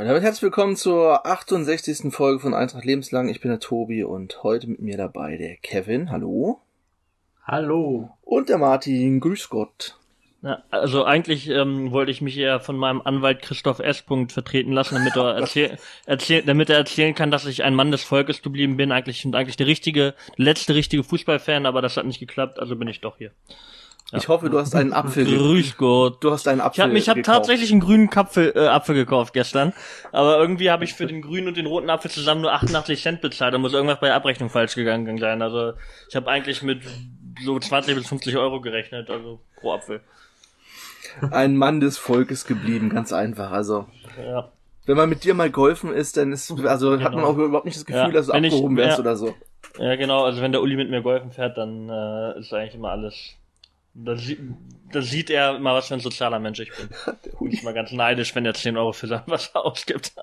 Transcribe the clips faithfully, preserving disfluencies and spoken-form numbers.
Und damit herzlich willkommen zur achtundsechzigsten Folge von Eintracht Lebenslang. Ich bin der Tobi und heute mit mir dabei der Kevin. Hallo. Hallo. Und der Martin. Grüß Gott. Ja, also eigentlich ähm, wollte ich mich eher von meinem Anwalt Christoph S. vertreten lassen, damit er, erzähl, erzähl, damit er erzählen kann, dass ich ein Mann des Volkes geblieben bin. Eigentlich und eigentlich der richtige, der letzte richtige Fußballfan, aber das hat nicht geklappt, also bin ich doch hier. Ja. Ich hoffe, du hast einen Apfel gekauft. Grüß Gott. Du hast einen Apfel Ich habe ich hab tatsächlich einen grünen Apfel, äh, Apfel gekauft gestern, aber irgendwie habe ich für den grünen und den roten Apfel zusammen nur achtundachtzig Cent bezahlt. Da muss irgendwas bei der Abrechnung falsch gegangen sein. Also ich habe eigentlich mit so zwanzig bis fünfzig Euro gerechnet, also pro Apfel. Ein Mann des Volkes geblieben, ganz einfach. Also ja. Wenn man mit dir mal golfen ist, dann ist also genau. hat man auch überhaupt nicht das Gefühl, ja, dass du abgehoben ich, wärst ja, oder so. Ja, genau. Also wenn der Uli mit mir golfen fährt, dann äh, ist eigentlich immer alles. Da, sie, da sieht er immer, was für ein sozialer Mensch ich bin. Der Uli ist mal ganz neidisch, wenn er zehn Euro für sein Wasser ausgibt.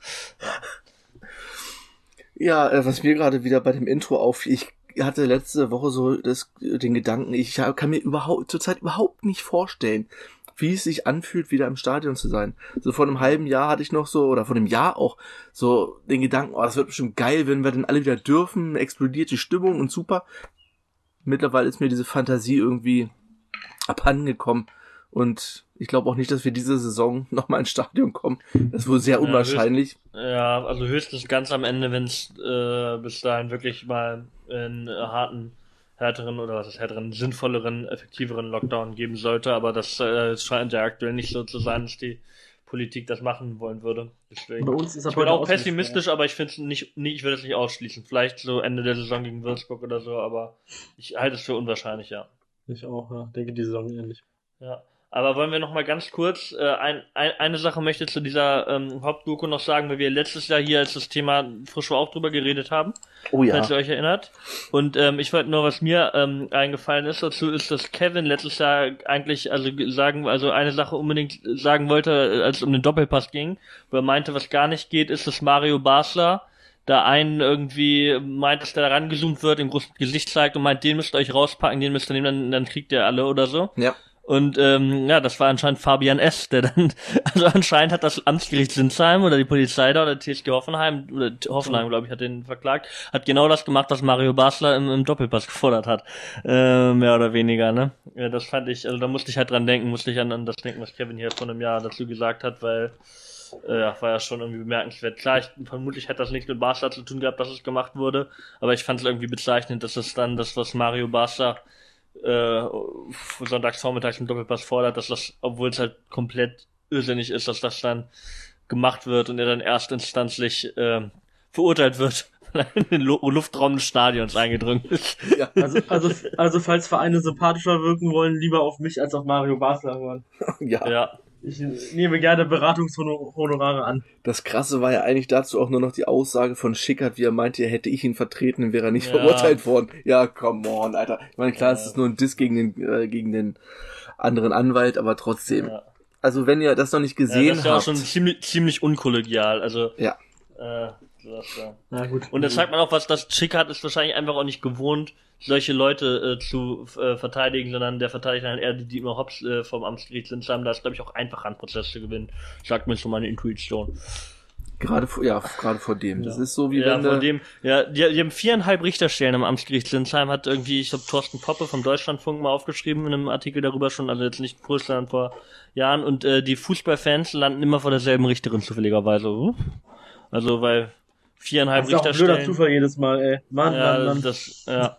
Ja, äh, was mir gerade wieder bei dem Intro auffiel, ich hatte letzte Woche so das, den Gedanken, ich kann mir überhaupt zurzeit überhaupt nicht vorstellen, wie es sich anfühlt, wieder im Stadion zu sein. So vor einem halben Jahr hatte ich noch so, oder vor einem Jahr auch, so den Gedanken, oh, das wird bestimmt geil, wenn wir dann alle wieder dürfen, explodiert die Stimmung und super. Mittlerweile ist mir diese Fantasie irgendwie abhanden gekommen und ich glaube auch nicht, dass wir diese Saison nochmal ins Stadion kommen. Das ist wohl sehr unwahrscheinlich. Ja, höchst, ja also höchstens ganz am Ende, wenn es äh, bis dahin wirklich mal einen harten, härteren oder was ist härteren, sinnvolleren, effektiveren Lockdown geben sollte, aber das äh, scheint ja aktuell nicht so zu sein, dass die Politik das machen wollen würde. Deswegen. Bei uns ist ich bin auch pessimistisch, aber ich finde es nicht, nicht, ich würde es nicht ausschließen. Vielleicht so Ende der Saison gegen Würzburg oder so, aber ich halte es für unwahrscheinlich, ja. Ich auch, ja. Denke die Saison ähnlich. Ja. Aber wollen wir noch mal ganz kurz, äh, ein, ein, eine Sache möchte ich zu dieser ähm, Hauptdoku noch sagen, weil wir letztes Jahr hier als das Thema frisch auch drüber geredet haben. Oh ja. Falls ihr euch erinnert. Und ähm, ich wollte nur, was mir ähm, eingefallen ist dazu, ist, dass Kevin letztes Jahr eigentlich, also sagen, also eine Sache unbedingt sagen wollte, als es um den Doppelpass ging, wo er meinte, was gar nicht geht, ist, dass Mario Basler da einen irgendwie meint, dass der da rangezoomt wird, im großen Gesicht zeigt und meint, den müsst ihr euch rauspacken, den müsst ihr nehmen, dann, dann kriegt ihr alle oder so. Ja. Und ähm, ja, das war anscheinend Fabian S., der dann, also anscheinend hat das Amtsgericht Sinsheim oder die Polizei da oder T S G Hoffenheim, oder Hoffenheim, glaube ich, hat den verklagt, hat genau das gemacht, was Mario Basler im, im Doppelpass gefordert hat. Äh, mehr oder weniger, ne? Ja, das fand ich, also da musste ich halt dran denken, musste ich an, an das denken, was Kevin hier vor einem Jahr dazu gesagt hat, weil äh, ja, war ja schon irgendwie bemerkenswert. Klar, ich, vermutlich hätte das nichts mit Basler zu tun gehabt, dass es gemacht wurde, aber ich fand es irgendwie bezeichnend, dass es dann das, was Mario Basler äh, sonntags vormittags im Doppelpass fordert, dass das, obwohl es halt komplett irrsinnig ist, dass das dann gemacht wird und er dann erstinstanzlich äh, verurteilt wird, weil er in den Lu- Luftraum des Stadions eingedrungen ist. Ja. Also, also, also falls Vereine sympathischer wirken wollen, lieber auf mich als auf Mario Basler hören. Ja. Ja. Ich nehme gerne Beratungshonorare an. Das Krasse war ja eigentlich dazu auch nur noch die Aussage von Schickert, wie er meinte, hätte ich ihn vertreten, dann wäre er nicht Ja. verurteilt worden. Ja, come on, Alter. Ich meine, klar, Ja. es ist nur ein Diss gegen den, äh, gegen den anderen Anwalt, aber trotzdem. Ja. Also wenn ihr das noch nicht gesehen Ja, das ist ja auch habt. schon ziemlich, ziemlich unkollegial, also Ja. äh, das, ja. Na gut. Und das zeigt man auch, was das Schickert ist wahrscheinlich einfach auch nicht gewohnt, solche Leute äh, zu äh, verteidigen, sondern der verteidigt dann eher die Dietmar Hops äh, vom Amtsgericht Sinsheim. Da ist, glaube ich, auch einfacher ein Prozess zu gewinnen. Sagt mir so meine Intuition. Gerade vor, ja, gerade vor dem. Das ist so wie Ja, wenn von der, dem, ja, die, die haben viereinhalb Richterstellen am Amtsgericht Sinsheim, hat irgendwie, ich glaube, Thorsten Poppe vom Deutschlandfunk mal aufgeschrieben in einem Artikel darüber schon, also jetzt nicht früher, sondern vor Jahren. Und äh, die Fußballfans landen immer vor derselben Richterin zufälligerweise. Also, weil viereinhalb das ist auch ein Richterstellen. blöder Zufall jedes Mal, ey. Mann, ja, Mann, Mann. das, ja.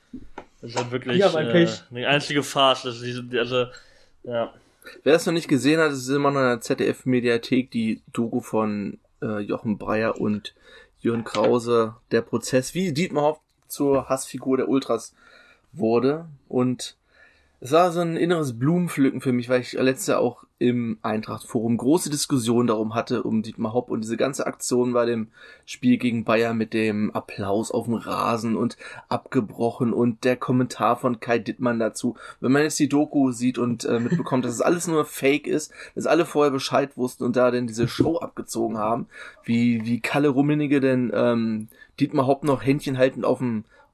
Das ist halt wirklich Ja, mein äh, Pech. eine einzige Farce. Das ist diese, also, ja. wer es noch nicht gesehen hat, es ist immer noch in der Z D F-Mediathek die Doku von äh, Jochen Breyer und Jürgen Krause, der Prozess, wie Dietmar Hopp zur Hassfigur der Ultras wurde. Und es war so ein inneres Blumenpflücken für mich, weil ich letztes Jahr auch im Eintracht-Forum große Diskussionen darum hatte, um Dietmar Hopp und diese ganze Aktion bei dem Spiel gegen Bayern mit dem Applaus auf dem Rasen und abgebrochen und der Kommentar von Kai Dittmann dazu. Wenn man jetzt die Doku sieht und äh, mitbekommt, dass es alles nur Fake ist, dass alle vorher Bescheid wussten und da denn diese Show abgezogen haben, wie wie Kalle Rummenigge denn ähm, Dietmar Hopp noch händchenhaltend auf dem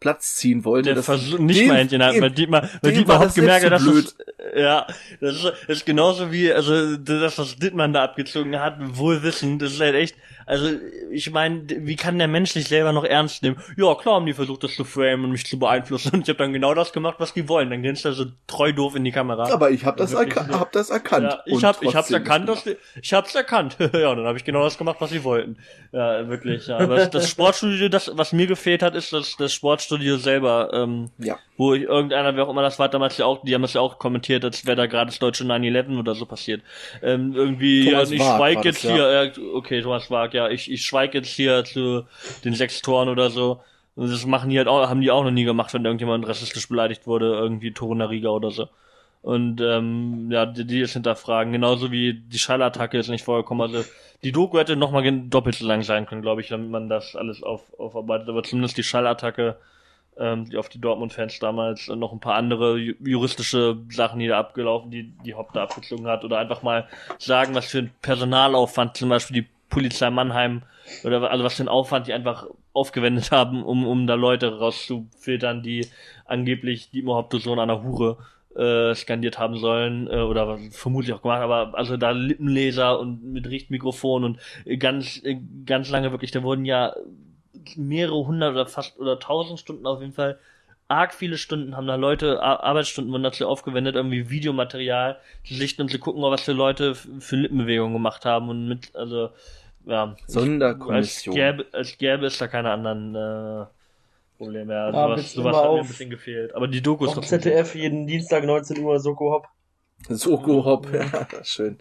Platz ziehen wollte. Der das versucht nicht mal hinten, weil Dietmar, weil Dietmar hat gemerkt, dass das, ja, das ist, das ist genauso wie, also, das, was Dittmann da abgezogen hat, wohl wissen, das ist halt echt, also, ich meine, wie kann der Mensch sich selber noch ernst nehmen? Ja, klar haben die versucht, das zu framen und mich zu beeinflussen und ich habe dann genau das gemacht, was die wollen. Dann grinst er so treu doof in die Kamera. Aber ich habe das, erka- hab das erkannt. Ja, ich hab, ich hab's erkannt, dass die, ich hab's erkannt. Ja, dann habe ich genau das gemacht, was sie wollten. Ja, wirklich, ja. Aber das Sportstudio, das, was mir gefehlt hat, ist das, das Sportstudio selber, ähm, ja. wo ich, irgendeiner, wer auch immer das war, damals ja auch, die haben das ja auch kommentiert, als wäre da gerade das deutsche nine eleven oder so passiert. Ähm, irgendwie, Thomas ja, ich Wag schweig jetzt das, hier, ja. äh, okay, Thomas Wag, ja, ich, ich schweig jetzt hier zu den sechs Toren oder so. Und das machen die halt auch, haben die auch noch nie gemacht, wenn irgendjemand rassistisch beleidigt wurde, irgendwie Torunariga oder so. Und ähm, ja, die, die ist hinterfragen, genauso wie die Schalattacke ist nicht vorgekommen. Also die Doku hätte noch mal doppelt so lang sein können, glaube ich, damit man das alles auf, aufarbeitet. Aber zumindest die Schallattacke, ähm, die auf die Dortmund-Fans damals und noch ein paar andere ju- juristische Sachen, die da abgelaufen, die die Haupt da abgezogen hat. Oder einfach mal sagen, was für ein Personalaufwand zum Beispiel die Polizei Mannheim oder also was für ein Aufwand die einfach aufgewendet haben, um um da Leute rauszufiltern, die angeblich die Hauptperson einer Hure äh, skandiert haben sollen äh, oder vermutlich auch gemacht, aber also da Lippenleser und mit Richtmikrofon und äh, ganz äh, ganz lange wirklich, da wurden ja mehrere hundert oder fast oder tausend Stunden auf jeden Fall, arg viele Stunden haben da Leute, Ar- Arbeitsstunden wurden dazu aufgewendet, irgendwie Videomaterial zu sichten und zu gucken, was für Leute f- für Lippenbewegungen gemacht haben und mit, also ja, Sonderkommission. Als gäbe, als gäbe es da keine anderen äh, Probleme. Ja, Ja, sowas bist sowas immer hat mir ein auf- bisschen gefehlt. Aber die Doku ist Auf trotzdem Z D F jeden Dienstag neunzehn Uhr, Soko Hop. Soko Hop, ja, schön.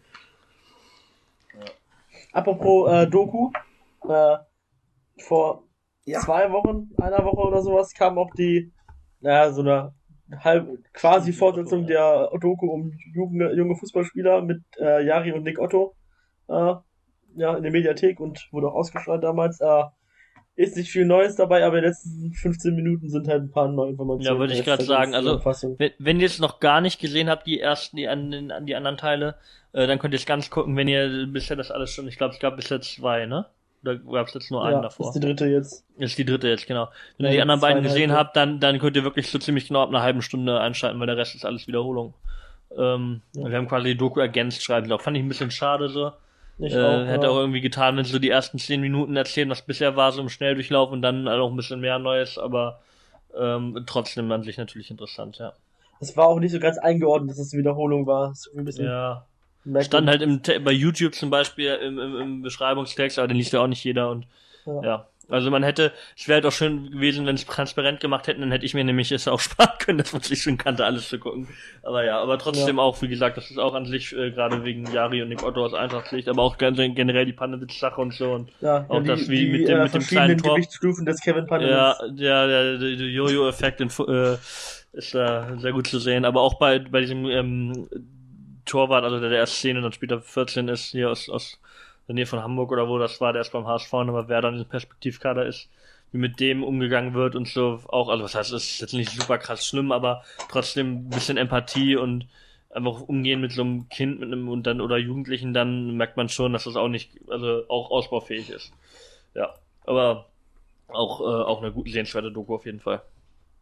Apropos äh, Doku, äh, vor Ja. zwei Wochen, einer Woche oder sowas, kam auch die, naja, so eine halb, quasi Fortsetzung der Doku um junge, junge Fußballspieler mit äh, Jari und Nick Otto, äh, ja, in der Mediathek und wurde auch ausgestrahlt damals. Äh, ist nicht viel Neues dabei, aber die letzten fünfzehn Minuten sind halt ein paar neue Informationen. Ja, würde ich Jetzt gerade halt sagen. die Also, Zusammenfassung. wenn, wenn ihr es noch gar nicht gesehen habt, die ersten, die an, an die anderen Teile, äh, dann könnt ihr es ganz gucken, wenn ihr bisher das alles schon, ich glaube, es gab bisher zwei, ne? Oder gab es jetzt nur einen Ja, davor? ist die dritte jetzt. Ist die dritte jetzt, genau. Wenn Ja, ihr die anderen beiden zweieinhalb, gesehen ja. habt, dann, dann könnt ihr wirklich so ziemlich genau ab einer halben Stunde einschalten, weil der Rest ist alles Wiederholung. Ähm, Ja. Wir haben quasi die Doku ergänzt, schreiben sie auch. Fand ich ein bisschen schade so. Ich Äh, auch, hätte ja. auch irgendwie getan, wenn sie so die ersten zehn Minuten erzählen, was bisher war, so im Schnelldurchlauf und dann auch ein bisschen mehr Neues, aber ähm, trotzdem an sich natürlich interessant, ja. Es war auch nicht so ganz eingeordnet, dass es eine Wiederholung war. Es ist ein bisschen Ja. merkwürdig. Stand halt im Te- bei YouTube zum Beispiel im, im, im Beschreibungstext, aber den liest ja auch nicht jeder und Ja. ja. Also man hätte, es wäre halt auch schön gewesen, wenn es transparent gemacht hätten, dann hätte ich mir nämlich es auch sparen können, dass man sich schon kannte, alles zu gucken. Aber ja, aber trotzdem Ja. auch, wie gesagt, das ist auch an sich, äh, gerade wegen Jari und Nick Otto aus Eintracht-Sicht, aber auch ganz generell die Panewitz-Sache und so und Ja, auch ja, das die, wie die, mit dem, äh, mit dem verschiedenen kleinen Tor. Gewichtsstufen des Kevin Panewitz. Ja, der, der, der, der Jojo-Effekt in Fu- äh, ist da sehr gut zu sehen, aber auch bei, bei diesem ähm, Torwart, also der der erst zehn und dann später vierzehn ist, hier aus, aus der Nähe von Hamburg oder wo das war, der ist beim H S V, aber wer dann in diesem Perspektivkader ist, wie mit dem umgegangen wird und so auch, also was heißt, es ist jetzt nicht super krass schlimm, aber trotzdem ein bisschen Empathie und einfach umgehen mit so einem Kind mit einem und dann oder Jugendlichen, dann merkt man schon, dass das auch nicht, also auch ausbaufähig ist. Ja, aber auch äh, auch eine gut sehenswerte Doku auf jeden Fall.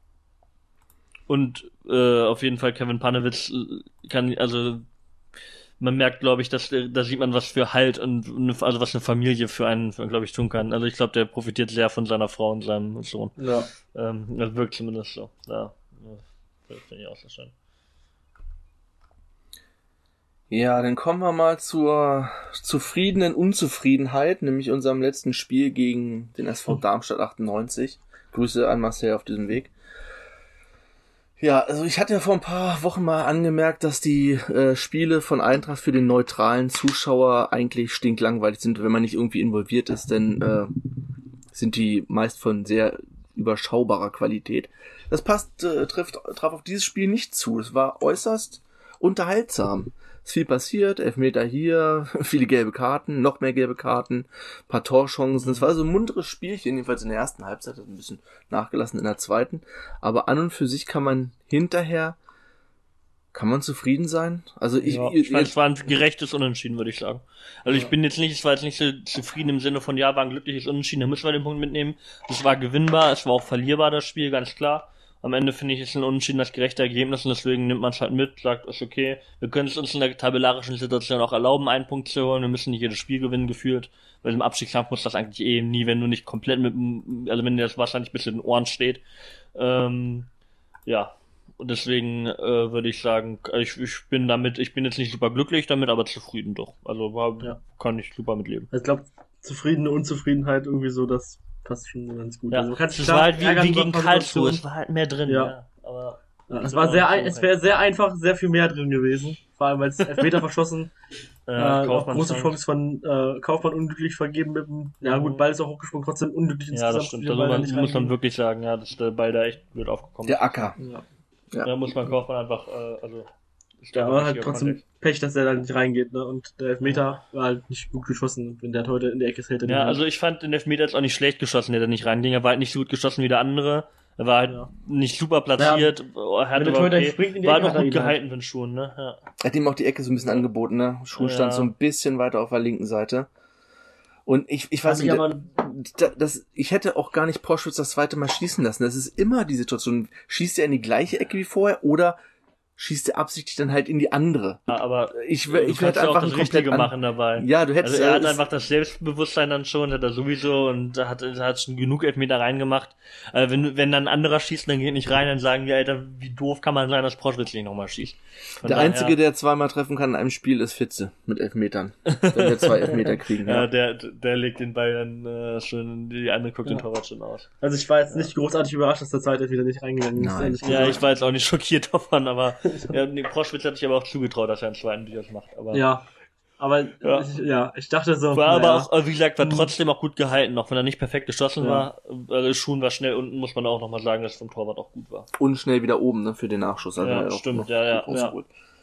Und äh, auf jeden Fall Kevin Panewitz äh, kann, also man merkt, glaube ich, dass äh, da sieht man, was für Halt und eine, also was eine Familie für einen, glaube ich, tun kann. Also ich glaube, der profitiert sehr von seiner Frau und seinem Sohn. Ja. Ähm, das wirkt zumindest so. Ja, das finde ich auch sehr schön. Ja, dann kommen wir mal zur zufriedenen Unzufriedenheit, nämlich unserem letzten Spiel gegen den S V Darmstadt achtundneunzig. Grüße an Marcel auf diesem Weg. Ja, also ich hatte ja vor ein paar Wochen mal angemerkt, dass die äh, Spiele von Eintracht für den neutralen Zuschauer eigentlich stinklangweilig sind, wenn man nicht irgendwie involviert ist, denn äh, sind die meist von sehr überschaubarer Qualität. Das passt, äh, trifft, traf auf dieses Spiel nicht zu. Es war äußerst unterhaltsam. Es ist viel passiert, Elfmeter hier, viele gelbe Karten, noch mehr gelbe Karten, paar Torchancen. Es war so ein munteres Spielchen, jedenfalls in der ersten Halbzeit, hat ein bisschen nachgelassen in der zweiten. Aber an und für sich kann man hinterher Kann man zufrieden sein? Also ich, ja, ich, ich meine, es war ein gerechtes Unentschieden, würde ich sagen. Also ja. ich bin jetzt nicht, es war jetzt nicht so zufrieden im Sinne von, ja, war ein glückliches Unentschieden, da müssen wir den Punkt mitnehmen. Es war gewinnbar, es war auch verlierbar, das Spiel, ganz klar. Am Ende finde ich, ist ein Unentschieden das gerechte Ergebnis und deswegen nimmt man es halt mit, sagt, ist okay. Wir können es uns in der tabellarischen Situation auch erlauben, einen Punkt zu holen. Wir müssen nicht jedes Spiel gewinnen, gefühlt. Weil im Abstiegskampf muss das eigentlich eh nie, wenn du nicht komplett mit, also wenn dir das Wasser nicht bis in den Ohren steht. Ähm, ja. Und deswegen äh, würde ich sagen, ich, ich bin damit, ich bin jetzt nicht super glücklich damit, aber zufrieden doch. Also war, ja. kann ich super mitleben. Ich glaube, zufriedene Unzufriedenheit irgendwie so, das passt schon ganz gut. Ja, also, es war halt wie, wie gegen Karlsruhe, es war halt mehr drin. Ja. Ja. Aber ja, es war sehr, ein, es wäre sehr einfach, sehr viel mehr drin gewesen. Vor allem, weil es Elfmeter verschossen, ja, äh, auch große Chance von äh, Kaufmann unglücklich vergeben mit dem, ja gut, Ball ist auch hochgesprungen, trotzdem unglücklich ins Ja, das stimmt, da muss, muss man wirklich sagen, ja, dass der Ball da echt wird aufgekommen. Der Acker. Ja. Ja. Da muss man Kaufmann einfach, äh, also ist der aber halt trotzdem Kontext. Pech, dass der da nicht reingeht, ne? Und der Elfmeter war halt nicht gut geschossen, wenn der heute in der Ecke hält. Ja, also ich fand den Elfmeter jetzt auch nicht schlecht geschossen, der da nicht reinging. Er war halt nicht so gut geschossen wie der andere. Er war halt ja. nicht super platziert. Ja, er hat aber okay, war noch gut gehalten für den Schuhen, ne? Ja. Er hat ihm auch die Ecke so ein bisschen angeboten, ne? Schuhen ja. stand so ein bisschen weiter auf der linken Seite. Und ich, ich weiß nicht, aber da, das, ich hätte auch gar nicht Poschwitz das zweite Mal schießen lassen. Das ist immer die Situation. Schießt er in die gleiche Ecke wie vorher oder schießt er absichtlich dann halt in die andere? Ja, aber ich, ich werde einfach das Richtige machen dabei. Ja, du hättest. Also er hat einfach das Selbstbewusstsein dann schon, hat er sowieso und hat, hat schon genug Elfmeter reingemacht. Also wenn, wenn dann ein anderer schießt, dann geht nicht rein, dann sagen die, Alter, wie doof kann man sein, dass Poschwitz nicht nochmal schießt. Von der daher, Einzige, der zweimal treffen kann in einem Spiel, ist Fitze mit Elfmetern. Wenn wir zwei Elfmeter kriegen. Ja, ja der, der legt den Ball dann äh, schon, die andere guckt ja. den Torwart schon aus. Also ich war jetzt nicht großartig überrascht, dass der zweite Elfmeter nicht reingegangen ist. Nein. Ja, ich war jetzt auch nicht schockiert davon, aber ja, nee, Poschwitz hat sich aber auch zugetraut, dass er einen zweiten durchaus macht. Aber ja, aber ja. Ich, ja, ich dachte so. War aber ja. auch, wie gesagt, war trotzdem auch gut gehalten, auch wenn er nicht perfekt geschossen ja. war. Also Schuhen war schnell unten, muss man auch nochmal sagen, dass es vom Torwart auch gut war. Und schnell wieder oben, ne, für den Nachschuss. Also ja, stimmt, ja, ja. Ja.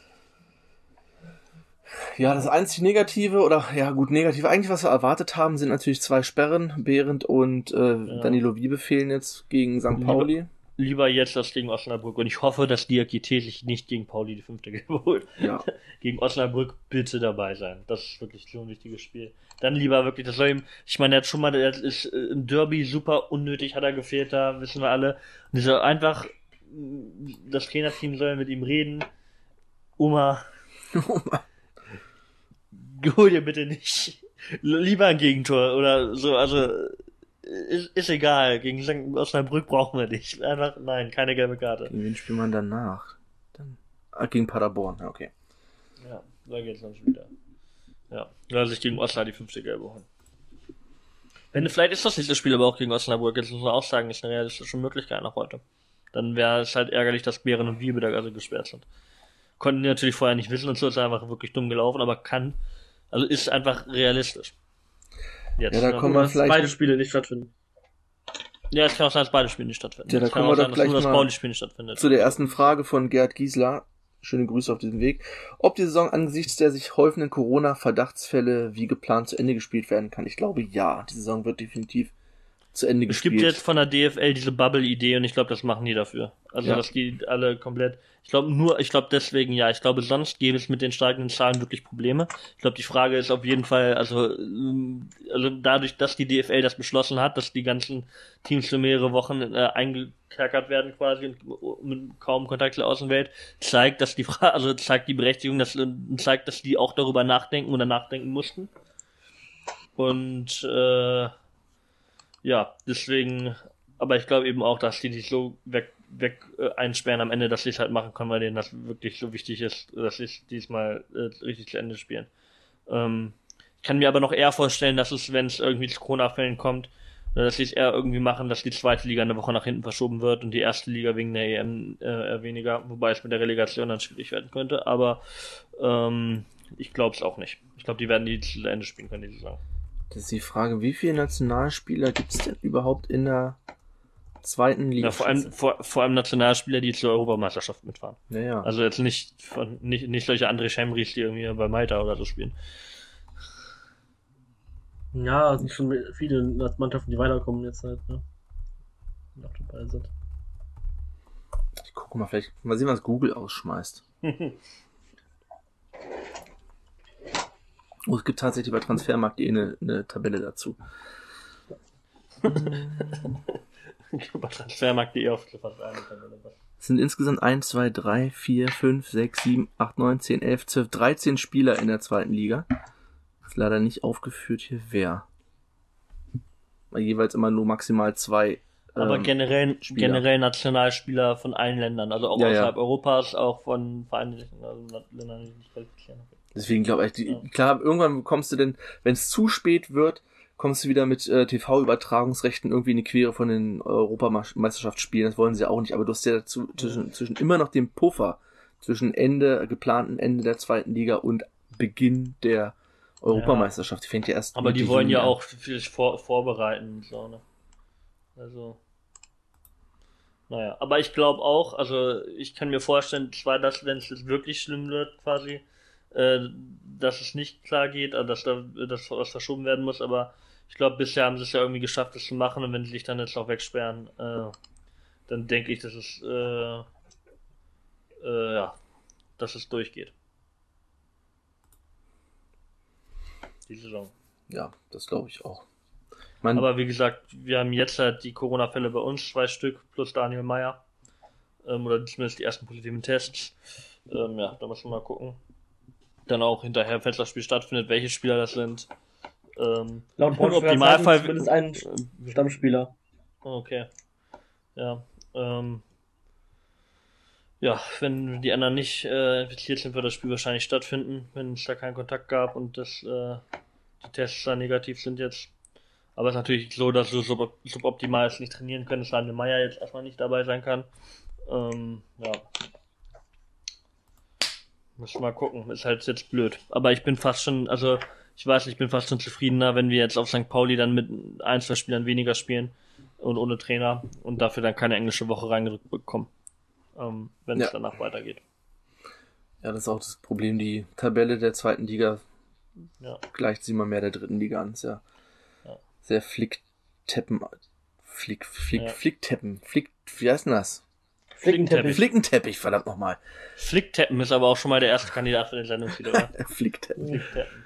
ja, das einzig Negative, oder ja gut, Negative, eigentlich was wir erwartet haben, sind natürlich zwei Sperren. Behrendt und äh, ja. Danilo Wiebe fehlen jetzt gegen Sankt Pauli. Lieber jetzt das gegen Osnabrück und ich hoffe, dass Diakité sich nicht gegen Pauli die fünfte Gelbe holt. Ja. Gegen Osnabrück bitte dabei sein. Das ist wirklich so ein wichtiges Spiel. Dann lieber wirklich, das soll ihm, ich meine, er hat schon mal, er ist im Derby super unnötig, hat er gefehlt, da wissen wir alle. Und soll einfach, das Trainerteam soll mit ihm reden. Oma, Oma, hol dir bitte nicht. Lieber ein Gegentor oder so, also, Ist, ist egal, gegen Sankt Osnabrück brauchen wir nicht. Einfach, nein, keine gelbe Karte. Gegen wen spielt man danach? Dann, ah, gegen Paderborn, ja, okay. Ja, da geht's dann schon wieder. Ja, soll sich gegen Osnabrück die fünfte Gelbe holen. Wenn, vielleicht ist das nicht das Spiel, aber auch gegen Osnabrück, jetzt muss man auch sagen, ist eine realistische Möglichkeit noch heute. Dann wäre es halt ärgerlich, dass Behren und Wiebe da also gesperrt sind. Konnten die natürlich vorher nicht wissen und so, ist einfach wirklich dumm gelaufen, aber kann, also ist einfach realistisch. Jetzt, ja, da ne? kommen wir vielleicht beide Spiele nicht stattfinden. Ja, es kann auch sein, dass beide Spiele nicht stattfinden. Ja, da es kommen kann auch wir sein, doch gleich dass nur mal das Pauli-Spiel nicht stattfindet. Zu der ersten Frage von Gerd Giesler. Schöne Grüße auf diesem Weg. Ob die Saison angesichts der sich häufenden Corona-Verdachtsfälle wie geplant zu Ende gespielt werden kann. Ich glaube, ja. Die Saison wird definitiv zu Ende es gespielt. Es gibt jetzt von der D F L diese Bubble-Idee und ich glaube, das machen die dafür. Also, ja. dass die alle komplett, ich glaube nur, ich glaube deswegen ja, ich glaube sonst gäbe es mit den steigenden Zahlen wirklich Probleme. Ich glaube, die Frage ist auf jeden Fall, also, also dadurch, dass die D F L das beschlossen hat, dass die ganzen Teams für mehrere Wochen äh, eingekerkert werden quasi und mit kaum Kontakt zur Außenwelt, zeigt, dass die Frage, also zeigt die Berechtigung, dass, zeigt, dass die auch darüber nachdenken oder nachdenken mussten. Und, äh, ja, deswegen, aber ich glaube eben auch, dass die sich so weg, weg äh, einsperren am Ende, dass sie es halt machen können, weil denen das wirklich so wichtig ist, dass sie es diesmal äh, richtig zu Ende spielen. Ähm, ich kann mir aber noch eher vorstellen, dass es, wenn es irgendwie zu Corona-Fällen kommt, dass sie es eher irgendwie machen, dass die zweite Liga eine Woche nach hinten verschoben wird und die erste Liga wegen der E M äh, weniger, wobei es mit der Relegation dann schwierig werden könnte, aber ähm, ich glaube es auch nicht. Ich glaube, die werden die zu Ende spielen können, die Saison. Das ist die Frage, wie viele Nationalspieler gibt es denn überhaupt in der zweiten Liga? Ja, vor allem, vor, vor allem Nationalspieler, die zur Europameisterschaft mitfahren. Ja, ja. Also jetzt nicht von, nicht, nicht solche André Schemris, die irgendwie bei Malta oder so spielen. Ja, es sind schon viele Mannschaften, die weiterkommen jetzt halt, ne? Die auch dabei sind. Guck mal, vielleicht mal sehen, was Google ausschmeißt. Oh, es gibt tatsächlich bei Transfermarkt.de eine, eine Tabelle dazu. Bei Transfermarkt.de aufgefasst eine Tabelle. Es sind insgesamt eins, zwei, drei, vier, fünf, sechs, sieben, acht, neun, zehn, elf, zwölf, dreizehn Spieler in der zweiten Liga. Ist leider nicht aufgeführt hier wer. Weil jeweils immer nur maximal zwei. Aber ähm, generell, Spieler. generell Nationalspieler von allen Ländern, also auch Ja, außerhalb ja. Europas, auch von Vereinigten also Ländern, die sich qualifizieren. Deswegen glaube ich, die, Ja. klar, irgendwann kommst du denn, wenn es zu spät wird, kommst du wieder mit äh, T V-Übertragungsrechten irgendwie in die Quere von den Europameisterschaftsspielen. Das wollen sie auch nicht. Aber du hast ja dazu, zwischen, zwischen immer noch den Puffer zwischen Ende, geplanten Ende der zweiten Liga und Beginn der Europameisterschaft. Die fängt ja erst Aber Mitte die wollen Juni ja an. auch sich vor, vorbereiten und so, ne? Also. Naja, aber ich glaube auch, also ich kann mir vorstellen, zwar, dass wenn es jetzt wirklich schlimm wird, quasi, äh, dass es nicht klar geht, also dass da dass was verschoben werden muss, aber ich glaube, bisher haben sie es ja irgendwie geschafft, das zu machen, und wenn sie sich dann jetzt auch wegsperren, äh, dann denke ich, dass es äh, äh, ja, dass es durchgeht. Die Saison. Ja, das glaube ich auch. Man, Aber wie gesagt, wir haben jetzt halt die Corona-Fälle bei uns, zwei Stück, plus Daniel Meyer. Ähm, oder zumindest die ersten positiven Tests. Ähm, ja, da müssen wir mal gucken. Dann auch hinterher, wenn das Spiel stattfindet, welche Spieler das sind. Ähm, Laut im Braunschweiger Optimalfall Zeitung zumindest ein Stammspieler. Okay. Ja. Ähm, ja, wenn die anderen nicht äh, infiziert sind, wird das Spiel wahrscheinlich stattfinden, wenn es da keinen Kontakt gab und das, äh, die Tests da negativ sind jetzt. Aber es ist natürlich so, dass du sub suboptimal nicht trainieren können, dass Daniel Meyer jetzt erstmal nicht dabei sein kann. Ähm, ja. Müssen wir mal gucken. Ist halt jetzt blöd. Aber ich bin fast schon, also ich weiß nicht, ich bin fast schon zufriedener, wenn wir jetzt auf Sankt Pauli dann mit ein, zwei Spielern weniger spielen und ohne Trainer und dafür dann keine englische Woche reingedrückt bekommen. Ähm, wenn es Ja. danach weitergeht. ja, das ist auch das Problem. Die Tabelle der zweiten Liga Ja. gleicht sie immer mehr der dritten Liga an. Ist ja, Ja. sehr Flickteppen. Flick, Flick, Ja. Flickteppen. Flick, wie heißt denn das? Flickenteppich. Flickenteppich, verdammt nochmal. Flickteppen ist aber auch schon mal der erste Kandidat für den Sendungstitel, oder? Flickteppen. Flickteppen.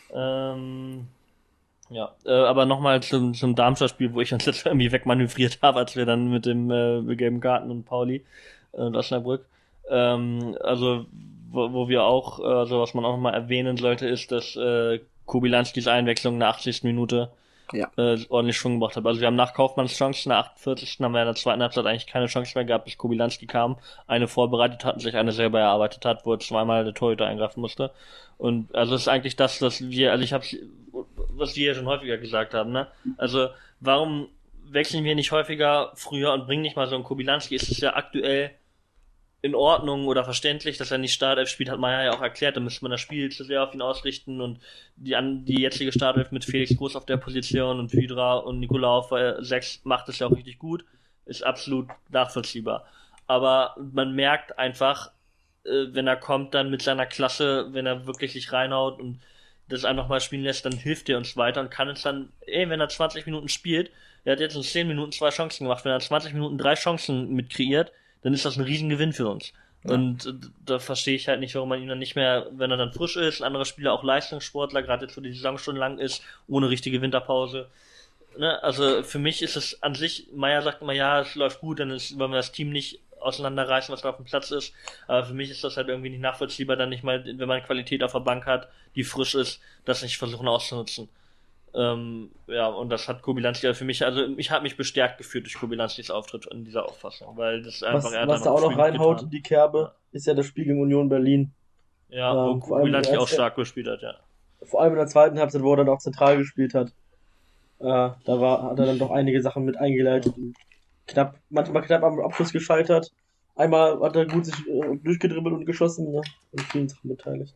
Ähm, ja, äh, aber nochmal zum, zum Darmstadt-Spiel, wo ich uns jetzt irgendwie wegmanövriert habe, als wir dann mit dem äh, gelben Garten und Pauli äh, und Osnabrück. Ähm, also, wo, wo wir auch, äh, also was man auch nochmal erwähnen sollte, ist, dass äh, Kubilanskis Einwechslung in der achtzigsten Minute Ja. äh, ordentlich Schwung gebracht hat. Also wir haben nach Kaufmanns Chancen, in der achtundvierzigsten haben wir in der zweiten Halbzeit eigentlich keine Chance mehr gehabt, bis Kubilanski kam, eine vorbereitet hat und sich eine selber erarbeitet hat, wo er zweimal der Torhüter eingreifen musste. Und also es ist eigentlich das, was wir, also ich hab's, was wir ja schon häufiger gesagt haben, ne? Also warum wechseln wir nicht häufiger früher und bringen nicht mal so einen Kubilanski? Ist es ja aktuell in Ordnung oder verständlich, dass er nicht Startelf spielt, hat Meier ja auch erklärt, da müsste man das Spiel zu sehr auf ihn ausrichten und die an die jetzige Startelf mit Felix Groß auf der Position und Hydra und Nikolaou auf äh, sechs macht es ja auch richtig gut, ist absolut nachvollziehbar. Aber man merkt einfach, äh, wenn er kommt dann mit seiner Klasse, wenn er wirklich sich reinhaut und das einfach mal spielen lässt, dann hilft er uns weiter und kann uns dann, ey, wenn er zwanzig Minuten spielt, er hat jetzt in zehn Minuten zwei Chancen gemacht, wenn er zwanzig Minuten drei Chancen mit kreiert, dann ist das ein Riesengewinn für uns. Ja. Und äh, da verstehe ich halt nicht, warum man ihn dann nicht mehr, wenn er dann frisch ist, andere Spieler, auch Leistungssportler, gerade jetzt, wo die Saison schon lang ist, ohne richtige Winterpause. Ne? Also für mich ist es an sich, Meier sagt immer, ja, es läuft gut, dann ist, wollen wir das Team nicht auseinanderreißen, was da auf dem Platz ist. Aber für mich ist das halt irgendwie nicht nachvollziehbar, dann nicht mal, wenn man Qualität auf der Bank hat, die frisch ist, das nicht versuchen auszunutzen. Ähm, ja, und das hat Kubilanski für mich, also ich habe mich bestärkt gefühlt durch Kubilanskis Auftritt in dieser Auffassung, weil das einfach Was, er hat was da auch noch reinhaut in die Kerbe, ist ja das Spiel gegen Union Berlin. Ja, Ja, wo vor allem Kubilanski auch erst- stark gespielt hat, ja. Vor allem in der zweiten Halbzeit, wo er dann auch zentral gespielt hat. Äh, da war, hat er dann doch einige Sachen mit eingeleitet. Und knapp, manchmal knapp am Abschluss gescheitert. Einmal hat er gut sich äh, durchgedribbelt und geschossen, ne? Und vielen Sachen beteiligt.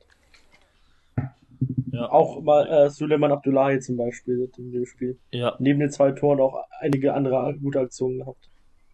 Ja, Auch mal äh, Suleiman Abdullahi zum Beispiel in dem Spiel. ja, Neben den zwei Toren auch einige andere gute Aktionen gehabt.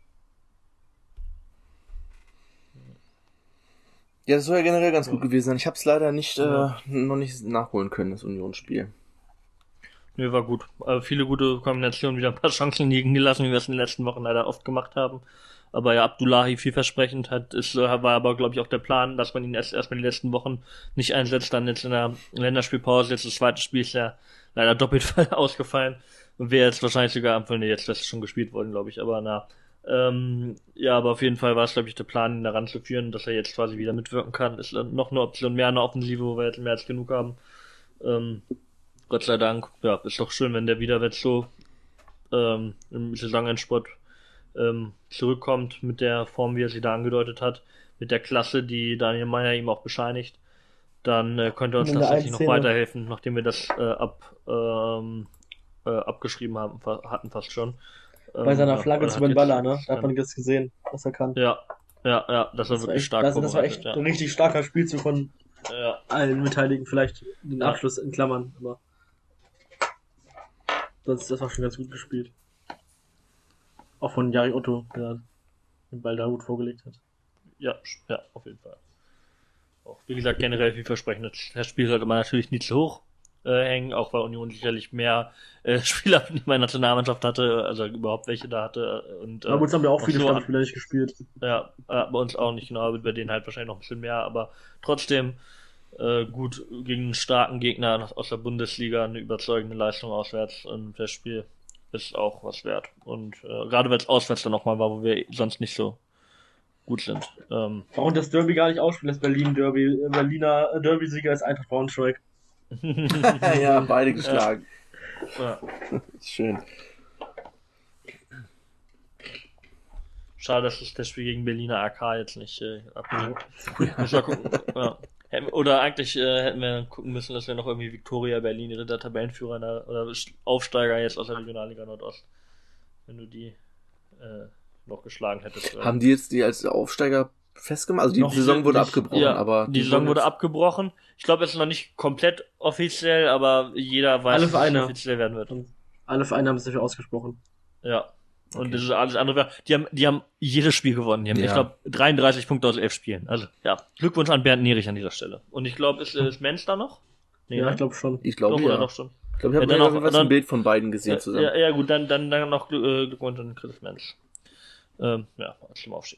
Ja, das soll ja generell ganz gut gewesen sein. Ich habe es leider nicht äh, noch nicht nachholen können, das Unionsspiel. nee, war gut. Äh, viele gute Kombinationen, wieder ein paar Chancen liegen gelassen, wie wir es in den letzten Wochen leider oft gemacht haben. Aber ja, Abdullahi vielversprechend hat, ist, war aber, glaube ich, auch der Plan, dass man ihn erst erstmal die letzten Wochen nicht einsetzt, dann jetzt in der Länderspielpause, jetzt das zweite Spiel ist ja leider doppelt ausgefallen und wäre jetzt wahrscheinlich sogar am Ende jetzt, das ist schon gespielt worden, glaube ich, aber na, ähm, ja, aber auf jeden Fall war es, glaube ich, der Plan, ihn da ranzuführen, dass er jetzt quasi wieder mitwirken kann, ist noch eine Option mehr, eine Offensive, wo wir jetzt mehr als genug haben, ähm, Gott sei Dank, ja, ist doch schön, wenn der wieder jetzt so, ähm, im Saisonendspurt ähm, zurückkommt mit der Form, wie er sie da angedeutet hat, mit der Klasse, die Daniel Meyer ihm auch bescheinigt, dann äh, könnte uns tatsächlich noch weiterhelfen, nachdem wir das äh, ab ähm, äh, abgeschrieben haben, fa- hatten fast schon. Ähm, Bei seiner ja, Flagge oder zu hat Ben Baller, jetzt- ne? Da hat man das gesehen, was er kann. Ja, ja, ja, das war Das war wirklich echt, stark das, das war echt vorbereitet, ein richtig starker Spielzug von ja. ja. allen Beteiligten, vielleicht den Ja. Abschluss in Klammern, aber sonst, das war schon ganz gut gespielt. Auch von Jari Otto, der den Ball da gut vorgelegt hat. Ja, ja, auf jeden Fall. Auch, wie gesagt, generell vielversprechend. Das Spiel sollte man natürlich nie zu hoch äh, hängen, auch weil Union sicherlich mehr äh, Spieler in der Nationalmannschaft hatte, also überhaupt welche da hatte. Und, äh, Aber uns haben ja auch auch viele so Stammspieler nicht gespielt. Ja, äh, bei uns auch nicht, genau, aber bei denen halt wahrscheinlich noch ein bisschen mehr, aber trotzdem äh, gut gegen einen starken Gegner aus der Bundesliga, eine überzeugende Leistung auswärts und das Spiel ist auch was wert. Und äh, gerade weil es auswärts dann nochmal war, wo wir sonst nicht so gut sind. Ähm, Warum das Derby gar nicht ausspielen, das Berlin-Derby. Berliner Derby-Sieger ist Eintracht Braunschweig. Ja, beide geschlagen. ja. Schön. Schade, dass es das Spiel gegen Berliner A K jetzt nicht äh, abnimmt. Müssen wir gucken. Ja. Hätten- Oder eigentlich äh, hätten wir gucken müssen, dass wir noch irgendwie Viktoria Berlin, der Tabellenführer in der, oder Aufsteiger jetzt aus der Regionalliga Nordost, wenn du die äh, noch geschlagen hättest. Haben die jetzt die als Aufsteiger festgemacht? Also die Noch Saison wurde nicht. abgebrochen, ja, aber die Saison wurden wurde jetzt- abgebrochen. Ich glaube, es ist noch nicht komplett offiziell, aber jeder weiß, Alle dass es Vereine. offiziell werden wird. Und alle Vereine haben es dafür ausgesprochen. Ja. Und Okay. das ist alles andere. Die haben, die haben jedes Spiel gewonnen. Die haben, Ja. ich glaube, dreiunddreißig Punkte aus elf Spielen. Also, ja. Glückwunsch an Bernd Nierich an dieser Stelle. Und ich glaube, ist, ist Menz da noch? Nee, Ja, ne? ich glaube schon. Ich glaube, Doch, ja. oder doch schon. Ich glaube, ich habe Ja, dann ja, auch- irgendwas dann- ein Bild von beiden gesehen Ja, zusammen. ja, ja, gut, dann, dann, dann noch Glück- äh, Glückwunsch an Chris Menz. Ähm, ja, zum Aufstieg.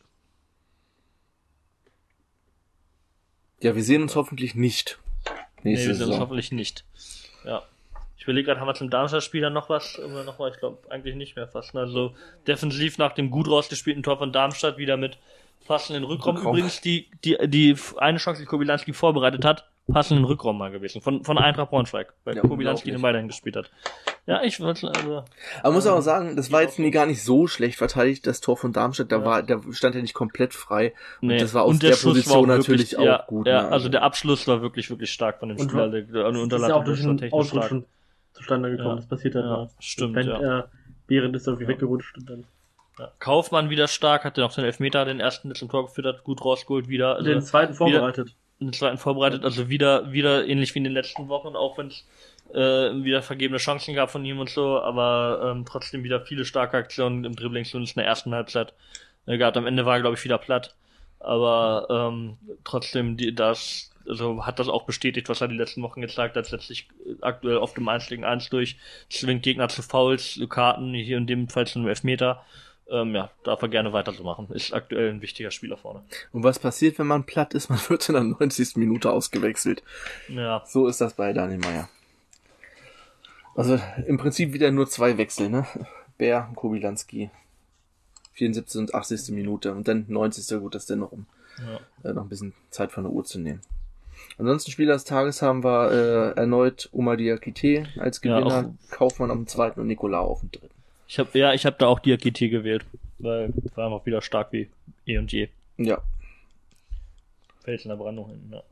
Ja, wir sehen uns hoffentlich nicht. Nee, Nächste wir sind es Saison. hoffentlich nicht. Ja. Ich überlege gerade, haben wir zum Darmstadt-Spiel dann noch was? Oder noch mal? Ich glaube, eigentlich nicht mehr fast. Also, defensiv nach dem gut rausgespielten Tor von Darmstadt wieder mit passenden Rückraum. Rückraum. Übrigens, die, die, die eine Chance, die Kobilanski vorbereitet hat, passenden Rückraum mal gewesen. Von, von Eintracht Braunschweig. Weil Ja, Kobilanski den unglaublich. Ball dahin gespielt hat. Ja, ich würde, also, Aber man muss auch sagen, das war jetzt nie gar nicht so schlecht verteidigt, das Tor von Darmstadt, da Ja. war, da stand er nicht komplett frei. Und nee. das war aus Und der der Schuss Position war auch natürlich wirklich, ja, auch gut. Ja, ne? also der Abschluss war wirklich, wirklich stark von dem Und Spieler. Der, der Das ist ja Unterlatte auch durch ist so einen technisch stark. Ausrutschen zustande gekommen. Ja. Das passiert halt Ja, mal. stimmt, Wenn, ja. äh, Behrend ist irgendwie Ja. weggerutscht und dann Ja. Kaufmann wieder stark, hat ja noch den Elfmeter, den ersten der zum Tor geführt hat, gut rausgeholt wieder. Also den zweiten vorbereitet. den zweiten vorbereitet, also wieder, wieder ähnlich wie in den letzten Wochen, auch wenn es äh, wieder vergebene Chancen gab von ihm und so, aber ähm, trotzdem wieder viele starke Aktionen im Dribbling, zumindest in der ersten Halbzeit äh, gehabt. Am Ende war er, glaube ich, wieder platt, aber ähm, trotzdem die, das, also hat das auch bestätigt, was er die letzten Wochen gezeigt hat, setzt sich aktuell oft im eins gegen eins durch, zwingt Gegner zu Fouls, Karten, hier in dem Fall zu einem Elfmeter. Ähm, ja, darf er gerne weiterzumachen. Ist aktuell ein wichtiger Spieler vorne. Und was passiert, wenn man platt ist? Man wird in der neunzigsten Minute ausgewechselt. Ja, So ist das bei Daniel Meyer. Also im Prinzip wieder nur zwei Wechsel, ne? Bär und Kobilanski. vierundsiebzigste und achtzigste Minute. Und dann neunzigste Gut, das denn noch, um ja. äh, noch ein bisschen Zeit von der Uhr zu nehmen. Ansonsten Spieler des Tages haben wir äh, erneut Oumar Diakité als Ja, Gewinner, Kaufmann auf dem zweiten und Nicolau auf dem dritten. Ich habe ja, ich habe da auch Diakité gewählt, weil war einfach wieder stark wie eh und je. Ja, Fällt in der Brandung hinten, ja.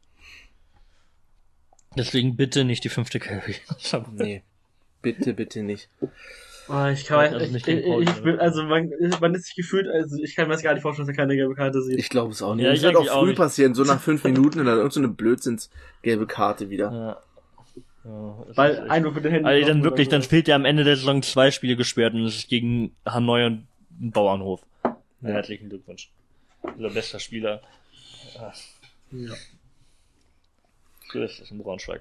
Deswegen bitte nicht die fünfte Carry. nee. Bitte, bitte nicht. Ah, ich kann, Also ich, nicht ich, gegen Pauli, ich, bin, also man, man ist sich gefühlt, also ich kann mir das gar nicht vorstellen, dass er keine gelbe Karte sieht. Ich glaube es auch nicht. Ja, das ich wird auch eigentlich auch früh nicht. passieren, so nach fünf Minuten und dann irgend so eine Blödsinns gelbe Karte wieder. Ja. Ja, das ist Weil echt- Einwurf mit den Händen. Also dann oder wirklich, so. dann fehlt ja am Ende der Saison zwei Spiele gesperrt und es ist gegen Hanoi und den Bauernhof. Ja. Ja. Herzlichen Glückwunsch. Unser bester Spieler. Ja, Ja. so ist es in Braunschweig.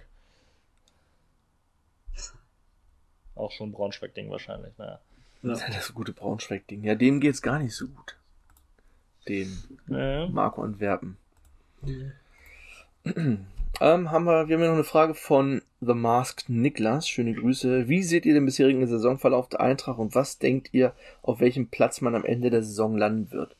Auch so ein Braunschweig-Ding wahrscheinlich, naja. Ja. Das ist das gute Braunschweig-Ding. Ja, dem geht's gar nicht so gut. den Ja. Marco Antwerpen. ähm, haben wir, wir haben ja noch eine Frage von The Masked Niklas. Schöne Grüße. Wie seht ihr den bisherigen Saisonverlauf der Eintracht und was denkt ihr, auf welchem Platz man am Ende der Saison landen wird?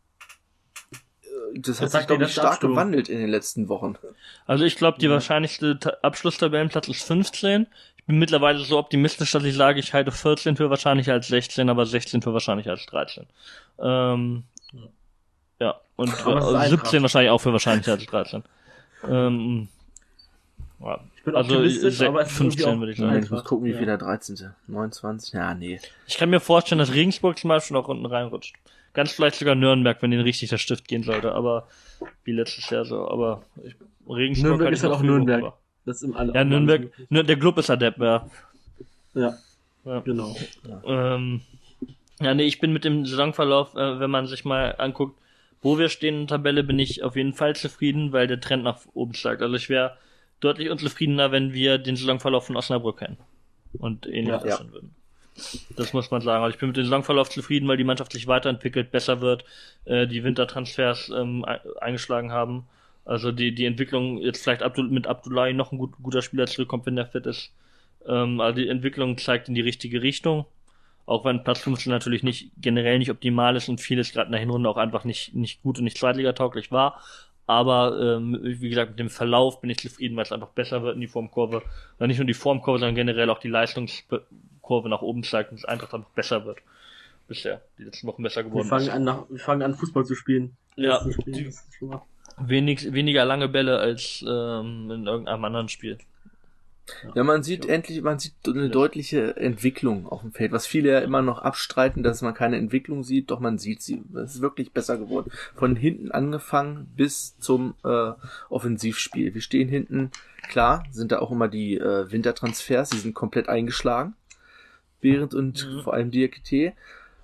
Das hat Das sich, sagt glaube die ich, stark letzte Abstimmung. gewandelt in den letzten Wochen. Also ich glaube, die Ja. wahrscheinlichste Ta- Abschlusstabellenplatz ist fünfzehn. Ich bin mittlerweile so optimistisch, dass ich sage, ich halte vierzehn für wahrscheinlicher als sechzehn, aber sechzehn für wahrscheinlicher als dreizehn. Ähm, ja, und Aber es ist äh, Eintracht. siebzehn wahrscheinlich auch für wahrscheinlicher als dreizehn. Ähm, ja. Ich bin Also optimistisch, se- aber es ist fünfzehn irgendwie auch würde ich Nein, sagen. ich muss gucken, wie Ja. viel der dreizehnte neunundzwanzig Ja, nee. Ich kann mir vorstellen, dass Regensburg zum Beispiel noch unten reinrutscht. Ganz vielleicht sogar Nürnberg, wenn denen richtig der Stift gehen sollte, aber wie letztes Jahr so. Aber ich, Regensburg Nürnberg hatte ist ich halt noch auch viel Nürnberg. Hoch. Das ist im Alle. Ja, Nürnberg, Nür- der Club ist Adept, ja. Ja, ja. genau. Ähm, ja, nee, ich bin mit dem Saisonverlauf, äh, wenn man sich mal anguckt, wo wir stehen in der Tabelle, bin ich auf jeden Fall zufrieden, weil der Trend nach oben steigt. Also ich wäre deutlich unzufriedener, wenn wir den Saisonverlauf von Osnabrück kennen und ähnlich Ja, darstellen ja. würden. Das muss man sagen. Also ich bin mit dem Saisonverlauf zufrieden, weil die Mannschaft sich weiterentwickelt, besser wird, äh, die Wintertransfers ähm, ein- eingeschlagen haben. Also die die Entwicklung, jetzt vielleicht Abdul, mit Abdullahi noch ein gut, guter Spieler zurückkommt, wenn der fit ist. Ähm, also die Entwicklung zeigt in die richtige Richtung. Auch wenn Platz fünfzehn natürlich nicht generell nicht optimal ist und vieles gerade in der Hinrunde auch einfach nicht nicht gut und nicht zweitligatauglich war. Aber ähm, wie gesagt, mit dem Verlauf bin ich zufrieden, weil es einfach besser wird in die Formkurve. Oder nicht nur die Formkurve, sondern generell auch die Leistungskurve nach oben zeigt und es einfach einfach besser wird. Bisher. Die letzten Wochen besser Wir geworden fangen ist. an, nach, wir fangen an, Fußball zu spielen. Ja. Das ist ein Spiel, das ist schon mal- Wenig, weniger lange Bälle als ähm, in irgendeinem anderen Spiel. Ja, man sieht Ja. endlich, man sieht eine deutliche Entwicklung auf dem Feld, was viele ja immer noch abstreiten, dass man keine Entwicklung sieht, doch man sieht sie. Es ist wirklich besser geworden. Von hinten angefangen bis zum äh, Offensivspiel. Wir stehen hinten, klar, sind da auch immer die äh, Wintertransfers, die sind komplett eingeschlagen. Während und Mhm. vor allem Diakite.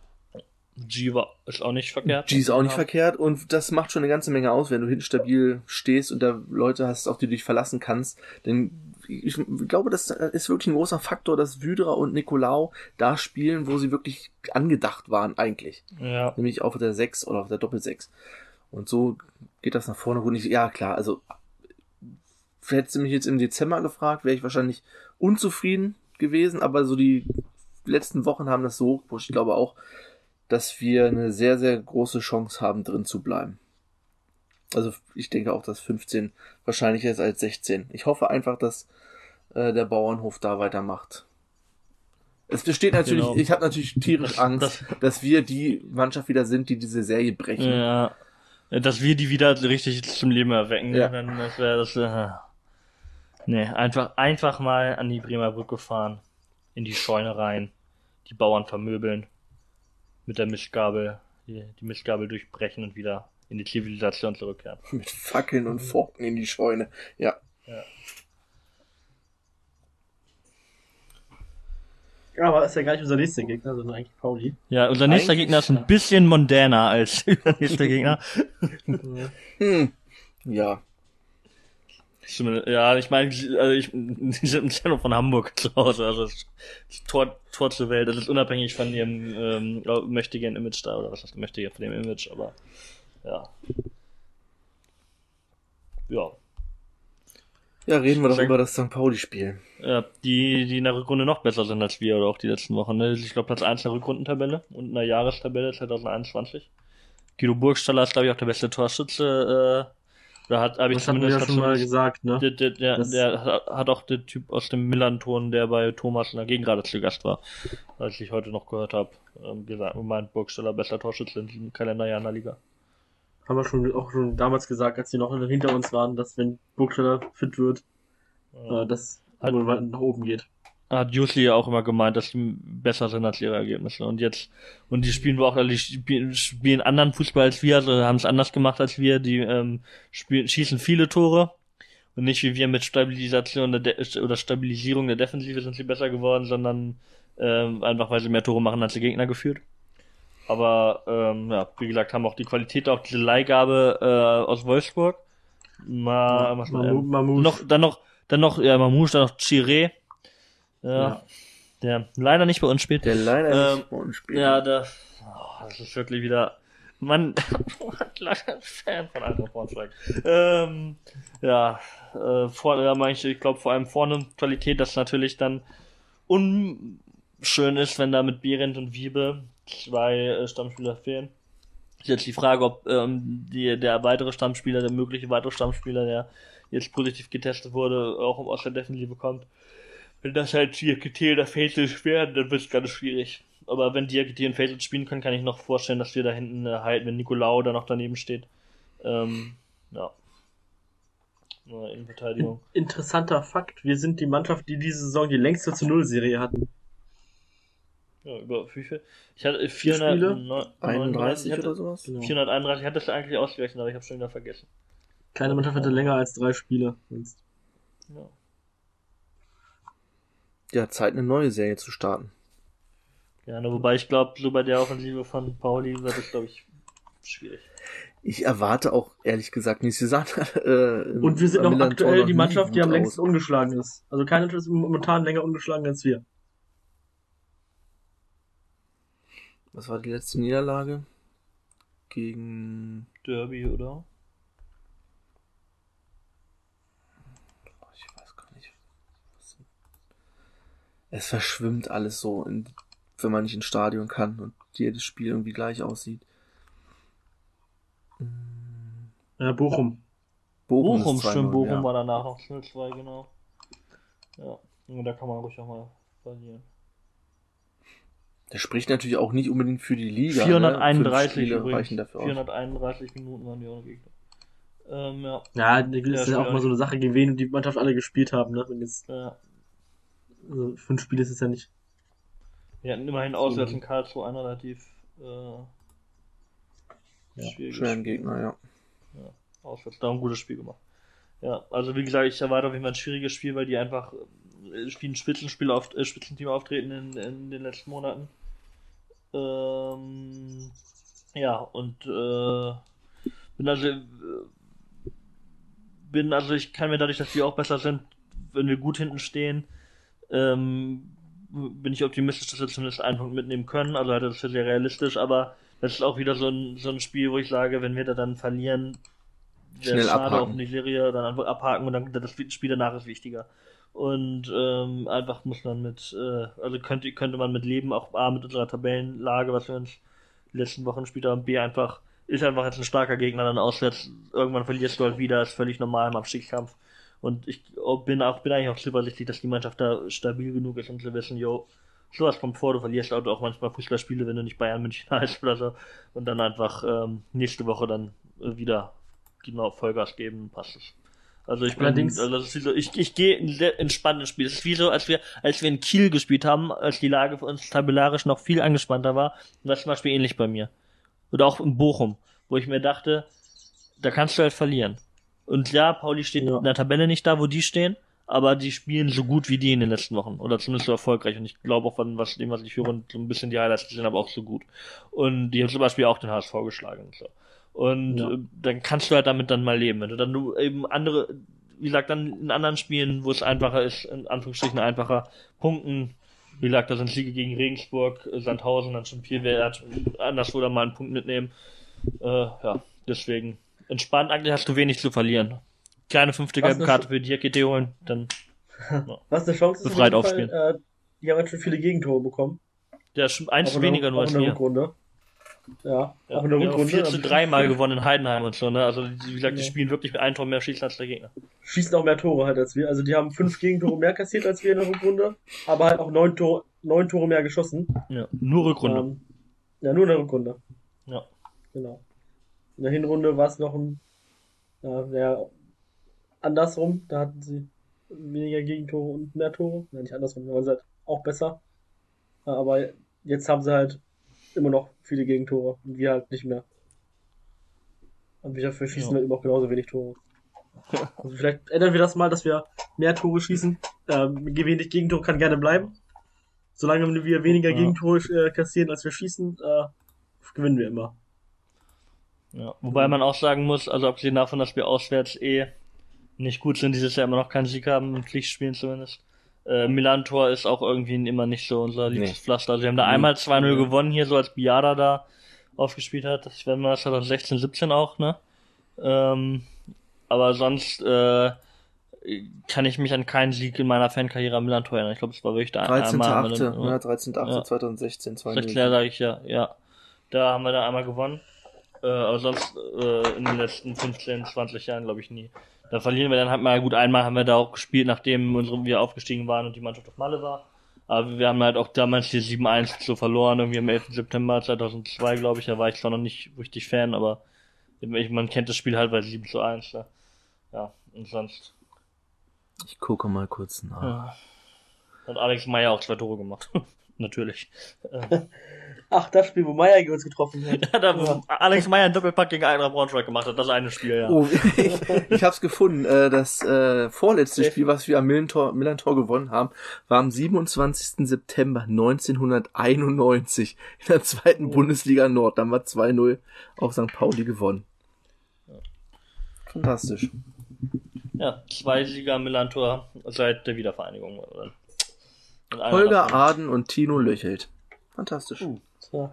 G war ist auch nicht verkehrt. G ist auch nicht Ja. verkehrt und das macht schon eine ganze Menge aus, wenn du hinten stabil stehst und da Leute hast, auf die du dich verlassen kannst. Denn ich glaube, das ist wirklich ein großer Faktor, dass Wydra und Nicolau da spielen, wo sie wirklich angedacht waren eigentlich. Ja. Nämlich auf der sechs oder auf der Doppel-sechs. Und so geht das nach vorne gut. Ich, ja, klar, also hättest du mich jetzt im Dezember gefragt, wäre ich wahrscheinlich unzufrieden gewesen, aber so die letzten Wochen haben das so hochgepusht. Ich glaube auch, dass wir eine sehr, sehr große Chance haben, drin zu bleiben. Also ich denke auch, dass fünfzehn wahrscheinlicher ist als sechzehn. Ich hoffe einfach, dass äh, der Bauernhof da weitermacht. Es besteht natürlich, Genau. ich habe natürlich tierisch Das- Angst, das- dass wir die Mannschaft wieder sind, die diese Serie brechen. Ja. Dass wir die wieder richtig zum Leben erwecken, Ja. dann das wäre das. Äh, nee, einfach, einfach mal an die Bremer Brücke fahren, in die Scheune rein, die Bauern vermöbeln, mit der Mistgabel, die, die Mistgabel durchbrechen und wieder in die Zivilisation zurückkehren. Mit Fackeln und Forken in die Scheune. Ja. Ja, aber ist ja gar nicht unser nächster Gegner, sondern eigentlich Pauli. Ja, unser nächster Eigentlich, Gegner ist ein bisschen mondäner als unser nächster Gegner. Hm. Ja. Zumindest- Ja, ich meine, also ich, die sind ja nur von Hamburg zu Hause, also das Tor, Tor zur Welt, das ist unabhängig von ihrem ähm, mächtigen Image da, oder was heißt mächtiger von dem Image, aber ja. Ja. Ja, reden wir doch Sag- über das Sankt Pauli-Spiel. Ja, die, die in der Rückrunde noch besser sind als wir oder auch die letzten Wochen. Ne? Ich glaube Platz eins in der Rückrundentabelle und in der Jahrestabelle zwanzig einundzwanzig. Guido Burgstaller ist, glaube ich, auch der beste Torschütze. Äh, da hat, habe ich Das hatten wir zumindest ja schon mal zumindest- gesagt, ne? Der, der, der, Das- der hat auch der Typ aus dem Millanton, der bei Thomas in der Gegengrade zu Gast war, als ich heute noch gehört habe, ähm, gesagt, meint Burgstaller bester Torschütze in diesem Kalenderjahr in der Liga. Haben wir schon auch schon damals gesagt, als die noch hinter uns waren, dass wenn Burgstaller fit wird, Ja. äh, das Hat- wohl weit nach oben geht. Hat Jusli ja auch immer gemeint, dass die besser sind als ihre Ergebnisse. Und jetzt, und die spielen wohl auch, also die spielen, spielen anderen Fußball als wir, also haben es anders gemacht als wir, die ähm, spielen, schießen viele Tore und nicht wie wir mit Stabilisation der De- oder Stabilisierung der Defensive sind sie besser geworden, sondern ähm, einfach weil sie mehr Tore machen als die Gegner geführt. Aber ähm, ja, wie gesagt, haben auch die Qualität, auch diese Leihgabe äh, aus Wolfsburg. Ma, Ja, was, Mamu- ähm, Mamouche. noch, dann noch, dann noch, ja, Mamouche, dann noch Chiré. Ja, Ja. der leider nicht bei uns spielt. Der leider Ähm, nicht bei uns spielt. Ja, da, oh, das ist wirklich wieder, Man, Fan von Eintracht Braunschweig. Ähm, ja, äh, vor, ja, manche, ich glaube vor allem vorne Qualität, das natürlich dann unschön ist, wenn da mit Behrendt und Wiebe zwei äh, Stammspieler fehlen. Ist jetzt die Frage, ob ähm, die, der weitere Stammspieler, der mögliche weitere Stammspieler, der jetzt positiv getestet wurde, auch aus der Defensive kommt. Wenn das halt Diakité oder Faisal werden, dann wird es ganz schwierig. Aber wenn Diakité und Faisal spielen können, kann ich noch vorstellen, dass wir da hinten äh, halten, wenn Nicolau da noch daneben steht. Ähm, ja. Nur in Verteidigung. Interessanter Fakt, wir sind die Mannschaft, die diese Saison die längste zu Null-Serie hatten. Ja, über wie viel? Ich hatte vierhunderteinunddreißig oder sowas? Genau. vierhunderteinunddreißig, ich hatte das eigentlich ausgerechnet, aber ich habe schon wieder vergessen. Keine Mannschaft hatte länger als drei Spiele. Sonst. Ja. Ja, Zeit, eine neue Serie zu starten. Ja, ne, wobei ich glaube, so bei der Offensive von Pauli wird es, glaube ich, schwierig. Ich erwarte auch, ehrlich gesagt, nicht. Sie sagen, äh, Und wir sind noch Milan aktuell noch die nie Mannschaft, die gut am längsten aus. ungeschlagen ist. Also keine Mannschaft ist momentan länger ungeschlagen als wir. Was war die letzte Niederlage? Gegen... Derby, oder? Ich weiß gar nicht. Es verschwimmt alles so, in, wenn man nicht ins Stadion kann und jedes Spiel irgendwie gleich aussieht. Ja, Bochum. Bochum, Bochum, ist zwei stimmt, null, Bochum ja. war danach noch null zwei, genau. Ja, und da kann man ruhig auch mal verlieren. Das spricht natürlich auch nicht unbedingt für die Liga. vierhunderteinunddreißig Ne? Fünf Spiele übrigens. reichen dafür aus. vierhunderteinunddreißig Minuten waren die ohne Gegner. Ähm, ja. Ja, das ist Ja, ja auch mal so eine Sache, gegen wen die Mannschaft alle gespielt haben. Ne? Wenn jetzt, ja. also fünf Spiele ist es ja nicht. Wir hatten immerhin auswärts in Karlsruhe einen relativ äh, Ja, schwieriges Schweren Spiel. Gegner, ja. Ja, auswärts, da ein gutes Spiel gemacht. Ja, also wie gesagt, ich erwarte auf jeden Fall ein schwieriges Spiel, weil die einfach äh, wie ein Spitzenspiel auf, äh, Spitzenteam auftreten in, in den letzten Monaten. Ähm, ja, und äh, bin also äh, bin also ich kann mir dadurch, dass wir auch besser sind, wenn wir gut hinten stehen, ähm, bin ich optimistisch, dass wir zumindest einen Punkt mitnehmen können. Also halt, das ist sehr realistisch, aber das ist auch wieder so ein, so ein Spiel, wo ich sage, wenn wir da dann verlieren, wäre Schnell es schade abhaken. auf die Serie, dann einfach abhaken und dann das Spiel danach ist wichtiger. Und ähm, einfach muss man mit, äh, also könnte, könnte man mit leben, auch A, mit unserer Tabellenlage, was wir uns die letzten Wochen gespielt haben, B, einfach, ist einfach jetzt ein starker Gegner, dann auswärts, irgendwann verlierst du halt wieder, ist völlig normal im Abstiegskampf. Und ich bin auch, bin eigentlich auch zuversichtlich, dass die Mannschaft da stabil genug ist, um zu wissen, jo, sowas kommt vor, du verlierst halt auch manchmal Fußballspiele, wenn du nicht Bayern München heißt oder so, und dann einfach ähm, nächste Woche dann äh, wieder genau Vollgas geben, passt es. Also ich bin, Allerdings- also das ist wie so, ich, ich gehe ein sehr entspanntes Spiel. Es ist wie so, als wir, als wir in Kiel gespielt haben, als die Lage für uns tabellarisch noch viel angespannter war. Und das ist zum Beispiel ähnlich bei mir. Oder auch in Bochum, wo ich mir dachte, da kannst du halt verlieren. Und ja, Pauli steht Ja. in der Tabelle nicht da, wo die stehen, aber die spielen so gut wie die in den letzten Wochen. Oder zumindest so erfolgreich. Und ich glaube auch von was, dem, was ich höre und so ein bisschen die Highlights gesehen habe, auch so gut. Und die haben zum Beispiel auch den H S V geschlagen und so. Und Ja. äh, dann kannst du halt damit dann mal leben. Wenn du dann nur eben andere, wie gesagt, dann in anderen Spielen, wo es einfacher ist, in Anführungsstrichen einfacher, punkten. Wie gesagt, da sind Siege gegen Regensburg, äh, Sandhausen dann schon viel wert. Anderswo dann mal einen Punkt mitnehmen. Äh, ja, deswegen entspannt. Eigentlich hast du wenig zu verlieren. Kleine fünfte Was gelbe eine Karte für Diakité holen, dann Was eine Chance ist, Befreit auf jeden aufspielen. Fall, äh, die haben jetzt schon viele Gegentore bekommen. der ist schon eins Auch in der- weniger nur auch als in der wir. Rückrunde. Ja, Ja, auch in der wir haben Rückrunde. vier zu drei Mal gewonnen in Heidenheim und so, ne? Also wie gesagt, die Ja. spielen wirklich mit einem Tor mehr schießen als der Gegner. Schießen auch mehr Tore halt als wir. Also die haben fünf Gegentore mehr kassiert als wir in der Rückrunde, aber halt auch neun, Tor, neun Tore mehr geschossen. Ja, nur Rückrunde. Ähm, ja, nur in der Rückrunde. Ja. Genau. In der Hinrunde war es noch ein, ja, ja, andersrum. Da hatten sie weniger Gegentore und mehr Tore. Ja, nicht andersrum, da waren sie halt auch besser. Ja, aber jetzt haben sie halt immer noch viele Gegentore und wir halt nicht mehr. Und wir dafür schießen Ja. halt immer auch genauso wenig Tore. Also vielleicht ändern wir das mal, dass wir mehr Tore schießen. Ähm, wenig Gegentore kann gerne bleiben. Solange wir weniger Ja. Gegentore äh, kassieren, als wir schießen, äh, gewinnen wir immer. Ja. Wobei man auch sagen muss, also abgesehen davon, dass wir auswärts eh nicht gut sind, dieses Jahr immer noch keinen Sieg haben, in Pflichtspielen zumindest. Äh, Milan-Tor ist auch irgendwie immer nicht so unser liebstes Nee. Pflaster. Also wir haben da Nee. einmal zwei null Nee. gewonnen hier, so als Biada da. aufgespielt hat. Das werden wir zwanzig sechzehn, siebzehn auch, ne? Ähm, aber sonst äh, kann ich mich an keinen Sieg in meiner Fankarriere am Millantor erinnern. Ich glaube, es war wirklich der dreizehnter einmal. achte Ja, dreizehnter achte Ja. zweitausendsechzehn, zwei null. sechzehn sage ich ja, ja. Da haben wir da einmal gewonnen. Äh, aber sonst äh, in den letzten fünfzehn, zwanzig Jahren glaube ich nie. Da verlieren wir dann halt mal, gut, einmal haben wir da auch gespielt, nachdem unsere, wir aufgestiegen waren und die Mannschaft auf Malle war. Aber wir haben halt auch damals die sieben eins so verloren, irgendwie am elften September zweitausendzwei, glaube ich. Da war ich zwar noch nicht richtig Fan, aber man kennt das Spiel halt bei sieben zu eins. Ja, ja und sonst. Ich gucke mal kurz nach. Ja. Hat Alex Meyer auch zwei Tore gemacht. Natürlich. Ach, das Spiel, wo Meyer uns getroffen hat. Ja, da, wo Alex Meyer einen Doppelpack gegen Eintracht Braunschweig gemacht hat, das eine Spiel, ja. Oh, ich, ich hab's gefunden. Äh, das äh, vorletzte Spiel, was wir am Millantor, Millantor gewonnen haben, war am siebenundzwanzigsten September neunzehnhunderteinundneunzig in der zweiten oh. Bundesliga Nord. Dann war zwei null auf Sankt Pauli gewonnen. Fantastisch. Ja, zwei Sieger Millantor seit der Wiedervereinigung. Holger Aden und Tino Löchelt. Fantastisch. Uh, so.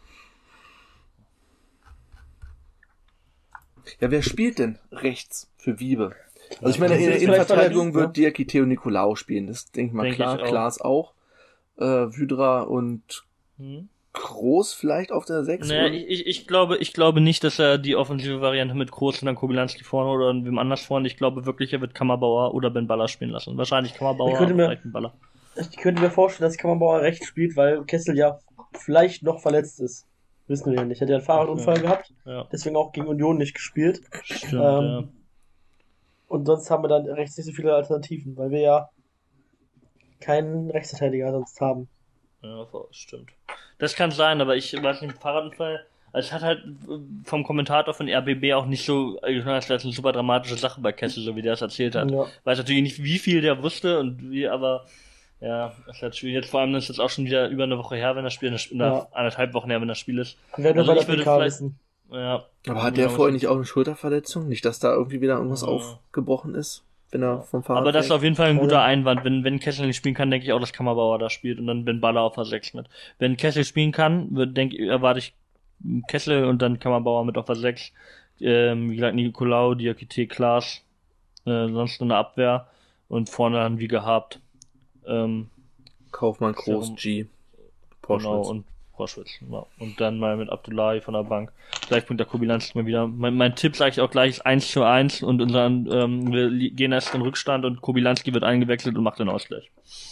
Ja, wer spielt denn rechts für Wiebe? Also ich meine, in der Innenverteidigung wird Diakite und Nikolaou spielen. Das denke ich mal denk klar. Ich Klaas auch. Äh, Wydra und hm? Groß vielleicht auf der sechs? Naja, ich, ich glaube, ich glaube nicht, dass er die offensive Variante mit Groß und dann Kobylanski vorne oder wem anders vorne. Ich glaube wirklich, er wird Kammerbauer oder Ben Baller spielen lassen. Wahrscheinlich Kammerbauer, oder vielleicht Ben Baller. Ich könnte mir vorstellen, dass Kammerbauer rechts spielt, weil Kessel ja vielleicht noch verletzt ist. Wissen wir ja nicht. Er hat ja einen Fahrradunfall ja. gehabt, ja. deswegen auch gegen Union nicht gespielt. Stimmt, ähm, ja. Und sonst haben wir dann rechts nicht so viele Alternativen, weil wir ja keinen Rechtsverteidiger sonst haben. Ja, stimmt. Das kann sein, aber ich weiß nicht, Fahrradunfall, also es hat halt vom Kommentator von R B B auch nicht so, ich meine, das ist eine super dramatische Sache bei Kessel, so wie der es erzählt hat. Ja. Weiß natürlich nicht, wie viel der wusste und wie, aber ja, das ist halt schwierig. Jetzt vor allem ist es jetzt auch schon wieder über eine Woche her, wenn das Spiel, eine, ja. anderthalb Wochen her, wenn das Spiel ist. Wir werden also ich würde vielleicht, wissen. Ja. Aber hat der vorher nicht auch eine Schulterverletzung? Nicht, dass da irgendwie wieder irgendwas ja. aufgebrochen ist? Wenn er vom Fahrrad Aber das ist auf jeden Fall ein guter Einwand. Wenn, wenn Kessel nicht spielen kann, denke ich auch, dass Kammerbauer da spielt und dann Ben Baller auf der sechs mit. Wenn Kessel spielen kann, denke erwarte ich Kessel und dann Kammerbauer mit auf der sechs. Ähm, wie gesagt, Nikolaou, Diakite, Klaas, äh, sonst eine Abwehr und vorne dann wie gehabt. Ähm, Kaufmann, Groß, G, Porschwitz. Genau, und Porschwitz. Ja. Und dann mal mit Abdullahi von der Bank. Vielleicht bringt der Kobylanski mal wieder. Mein, mein Tipp sage ich auch gleich ist eins zu eins und unseren, ähm, wir gehen erst in Rückstand und Kobylanski wird eingewechselt und macht den Ausgleich.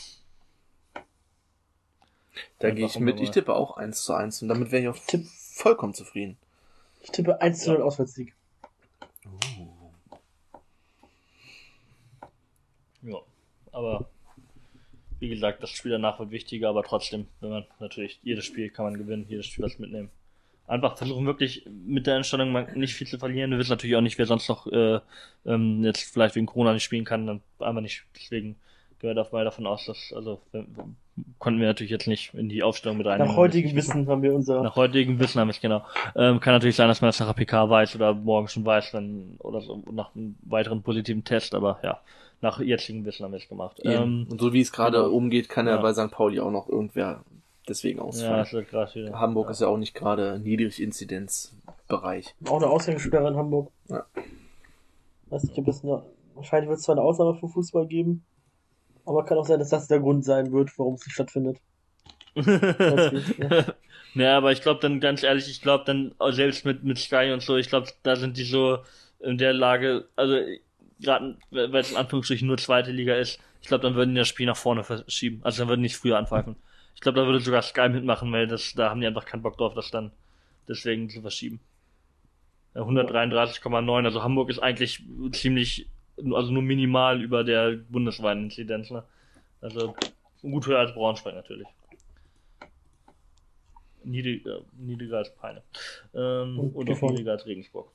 Da gehe ich mit. Ich tippe auch eins zu eins und damit wäre ich auch tipp vollkommen zufrieden. Ich tippe eins zu null ja. Auswärtssieg. Uh. Ja, aber wie gesagt, das Spiel danach wird wichtiger, aber trotzdem, wenn man natürlich, jedes Spiel kann man gewinnen, jedes Spiel was mitnehmen. Einfach versuchen wirklich mit der Einstellung nicht viel zu verlieren. Wir wissen natürlich auch nicht, wer sonst noch äh, ähm, jetzt vielleicht wegen Corona nicht spielen kann, dann einfach nicht. Deswegen gehen wir mal davon aus, dass, also konnten wir natürlich jetzt nicht in die Aufstellung mit reinnehmen. Nach heutigem Wissen haben wir unser... Nach heutigem Wissen haben wir es, genau. Ähm, kann natürlich sein, dass man das nach der P K weiß oder morgen schon weiß, dann oder so nach einem weiteren positiven Test, aber ja. Nach jetzigem Wissen haben wir es gemacht. Ähm, und so wie es gerade genau. umgeht, kann ja. ja bei Sankt Pauli auch noch irgendwer deswegen ausfallen. Ja, das wird krass wieder. Hamburg ja. ist ja auch nicht gerade Niedriginzidenzbereich. Auch eine Ausgangssperre in Hamburg. Ja. Weiß nicht, ob es eine, wahrscheinlich wird es zwar eine Ausnahme für Fußball geben, aber kann auch sein, dass das der Grund sein wird, warum es nicht stattfindet. ja. ja, aber ich glaube dann, ganz ehrlich, ich glaube dann, selbst mit, mit Sky und so, ich glaube, da sind die so in der Lage, also gerade weil es in Anführungsstrichen nur zweite Liga ist, ich glaube, dann würden die das Spiel nach vorne verschieben. Also dann würden die nicht früher anpfeifen. Ich glaube, da würde sogar Sky mitmachen, weil das, da haben die einfach keinen Bock drauf, das dann deswegen zu verschieben. Ja, hundertdreiunddreißig Komma neun, also Hamburg ist eigentlich ziemlich, also nur minimal über der bundesweiten Inzidenz, ne? Also gut höher als Braunschweig natürlich. Niedriger, niedriger als Peine. Ähm, und, und auch niedriger als Regensburg.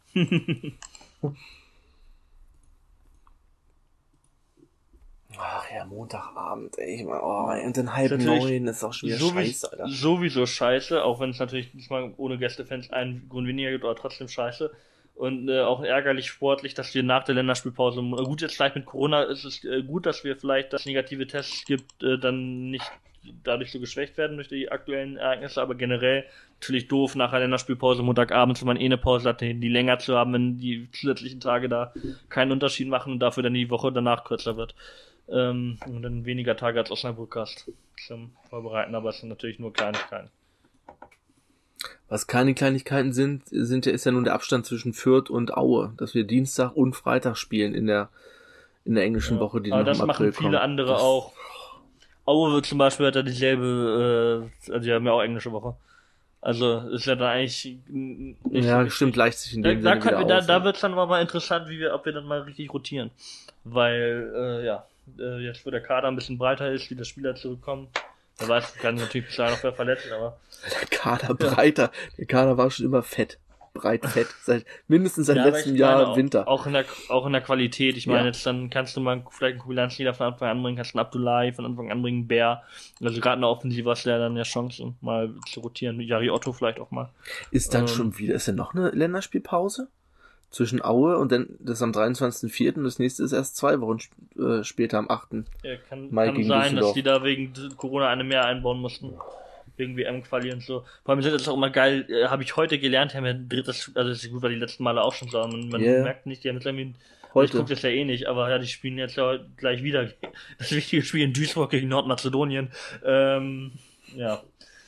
Ach ja, Montagabend, ey. Oh, und dann halb neun ist auch schon wieder so scheiße, Alter. Sowieso scheiße, auch wenn es natürlich diesmal ohne Gästefans einen Grund weniger gibt, aber trotzdem scheiße. Und äh, auch ärgerlich sportlich, dass wir nach der Länderspielpause, gut, jetzt vielleicht mit Corona ist es äh, gut, dass wir vielleicht das negative Test gibt, äh, dann nicht dadurch so geschwächt werden durch die aktuellen Ereignisse, aber generell natürlich doof, nach einer Länderspielpause Montagabends, wenn man eh eine Pause hat, die länger zu haben, wenn die zusätzlichen Tage da keinen Unterschied machen und dafür dann die Woche danach kürzer wird. Ähm, und dann weniger Tage als Osnabrück hast zum Vorbereiten, aber es sind natürlich nur Kleinigkeiten. Was keine Kleinigkeiten sind, sind ja, ist ja nun der Abstand zwischen Fürth und Aue, dass wir Dienstag und Freitag spielen in der in der englischen Ja. Woche, die aber noch das im April machen viele kommt. andere das auch. Aue wird zum Beispiel hat ja dieselbe, äh, also die haben ja auch englische Woche. Also ist ja da eigentlich nicht Ja, so stimmt, gleicht sich in Da, dem da, Sinne können wir, wieder da, aus, da ja. wird's dann aber mal interessant, wie wir, ob wir dann mal richtig rotieren. Weil, äh, ja, äh, jetzt wo der Kader ein bisschen breiter ist, wieder Spieler zurückkommen. Wer weiß, kann natürlich bis dahin noch wer verletzen, aber. Der Kader breiter. Der Kader war schon immer fett. Breit fett. Seit, mindestens seit Ja, aber letztem ich meine, Jahr auch, Winter. Auch in der, auch in der Qualität. Ich meine, Ja. jetzt dann kannst du mal vielleicht einen Kubilanski da von Anfang an bringen, kannst einen Abdullahi von Anfang an bringen, Bär. Also gerade in der Offensive hast du ja dann ja Chance, mal zu rotieren. Mit Jari Otto vielleicht auch mal. Ist dann ähm, schon wieder, ist denn noch eine Länderspielpause? Zwischen Aue und dann, das ist am dreiundzwanzigsten vierten und das nächste ist erst zwei Wochen äh, später am achten Ja, kann, Mai kann gegen sein, Düsseldorf. dass die da wegen Corona eine mehr einbauen mussten. Wegen W M-Quali und so. Vor allem sind das auch immer geil, äh, habe ich heute gelernt, haben wir ein drittes, also das ist gut, weil die letzten Male auch schon so, man, man Yeah. merkt nicht, die haben jetzt irgendwie, Heute. ich gucke das ja eh nicht, aber ja, die spielen jetzt ja gleich wieder das wichtige Spiel in Duisburg gegen Nordmazedonien. Ähm, ja.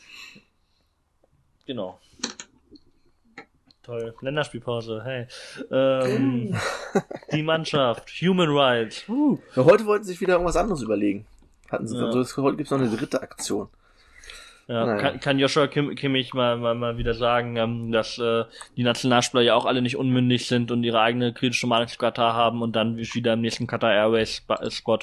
Genau. Toll. Länderspielpause, hey. Ähm, die Mannschaft, Human Rights. Uh. Ja, heute wollten sie sich wieder irgendwas anderes überlegen. Hatten sie, Ja. also es- heute gibt's noch eine dritte Aktion. Ja, Naja. kann, kann Joshua Kim, Kimmich mal, mal, mal wieder sagen, ähm, dass äh, die Nationalspieler ja auch alle nicht unmündig sind und ihre eigene kritische Meinung zu Katar haben und dann wieder im nächsten Qatar Airways Ba- Spot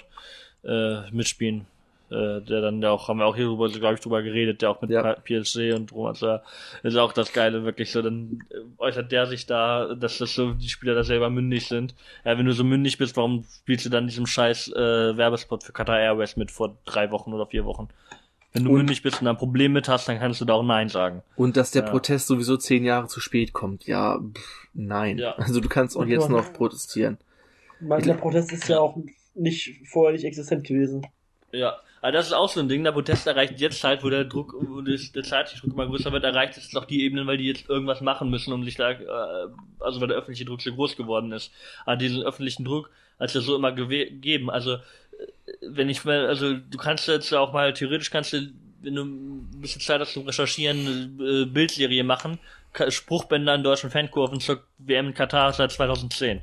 äh, mitspielen. Äh, der dann ja auch, haben wir auch hier drüber, glaube ich, drüber geredet, der auch mit Ja. P S G und drum, also ist auch das Geile, wirklich so, dann äh, äußert der sich da, dass das so die Spieler da selber mündig sind. Ja, wenn du so mündig bist, warum spielst du dann diesem scheiß äh, Werbespot für Qatar Airways mit vor drei Wochen oder vier Wochen? Wenn du Und- mündig bist und da ein Problem mit hast, dann kannst du da auch Nein sagen. Und dass der Ja. Protest sowieso zehn Jahre zu spät kommt. Ja, pff, nein. Ja. Also du kannst auch Okay. jetzt noch protestieren. Man, der Protest ist ja auch nicht vorher nicht existent gewesen. Ja, aber das ist auch so ein Ding, der Protest erreicht jetzt halt, wo der Druck, wo das, der zeitliche Druck immer größer wird, erreicht jetzt auch die Ebenen, weil die jetzt irgendwas machen müssen, um sich da, äh, also weil der öffentliche Druck so groß geworden ist. Aber diesen öffentlichen Druck hat es ja so immer gewe- gegeben. Also, äh, wenn ich mal, also du kannst jetzt ja auch mal, theoretisch kannst du, wenn du ein bisschen Zeit hast zum Recherchieren, eine äh, Bildserie machen, Ka- Spruchbänder in deutschen Fankurven zur W M in Katar seit zweitausendzehn.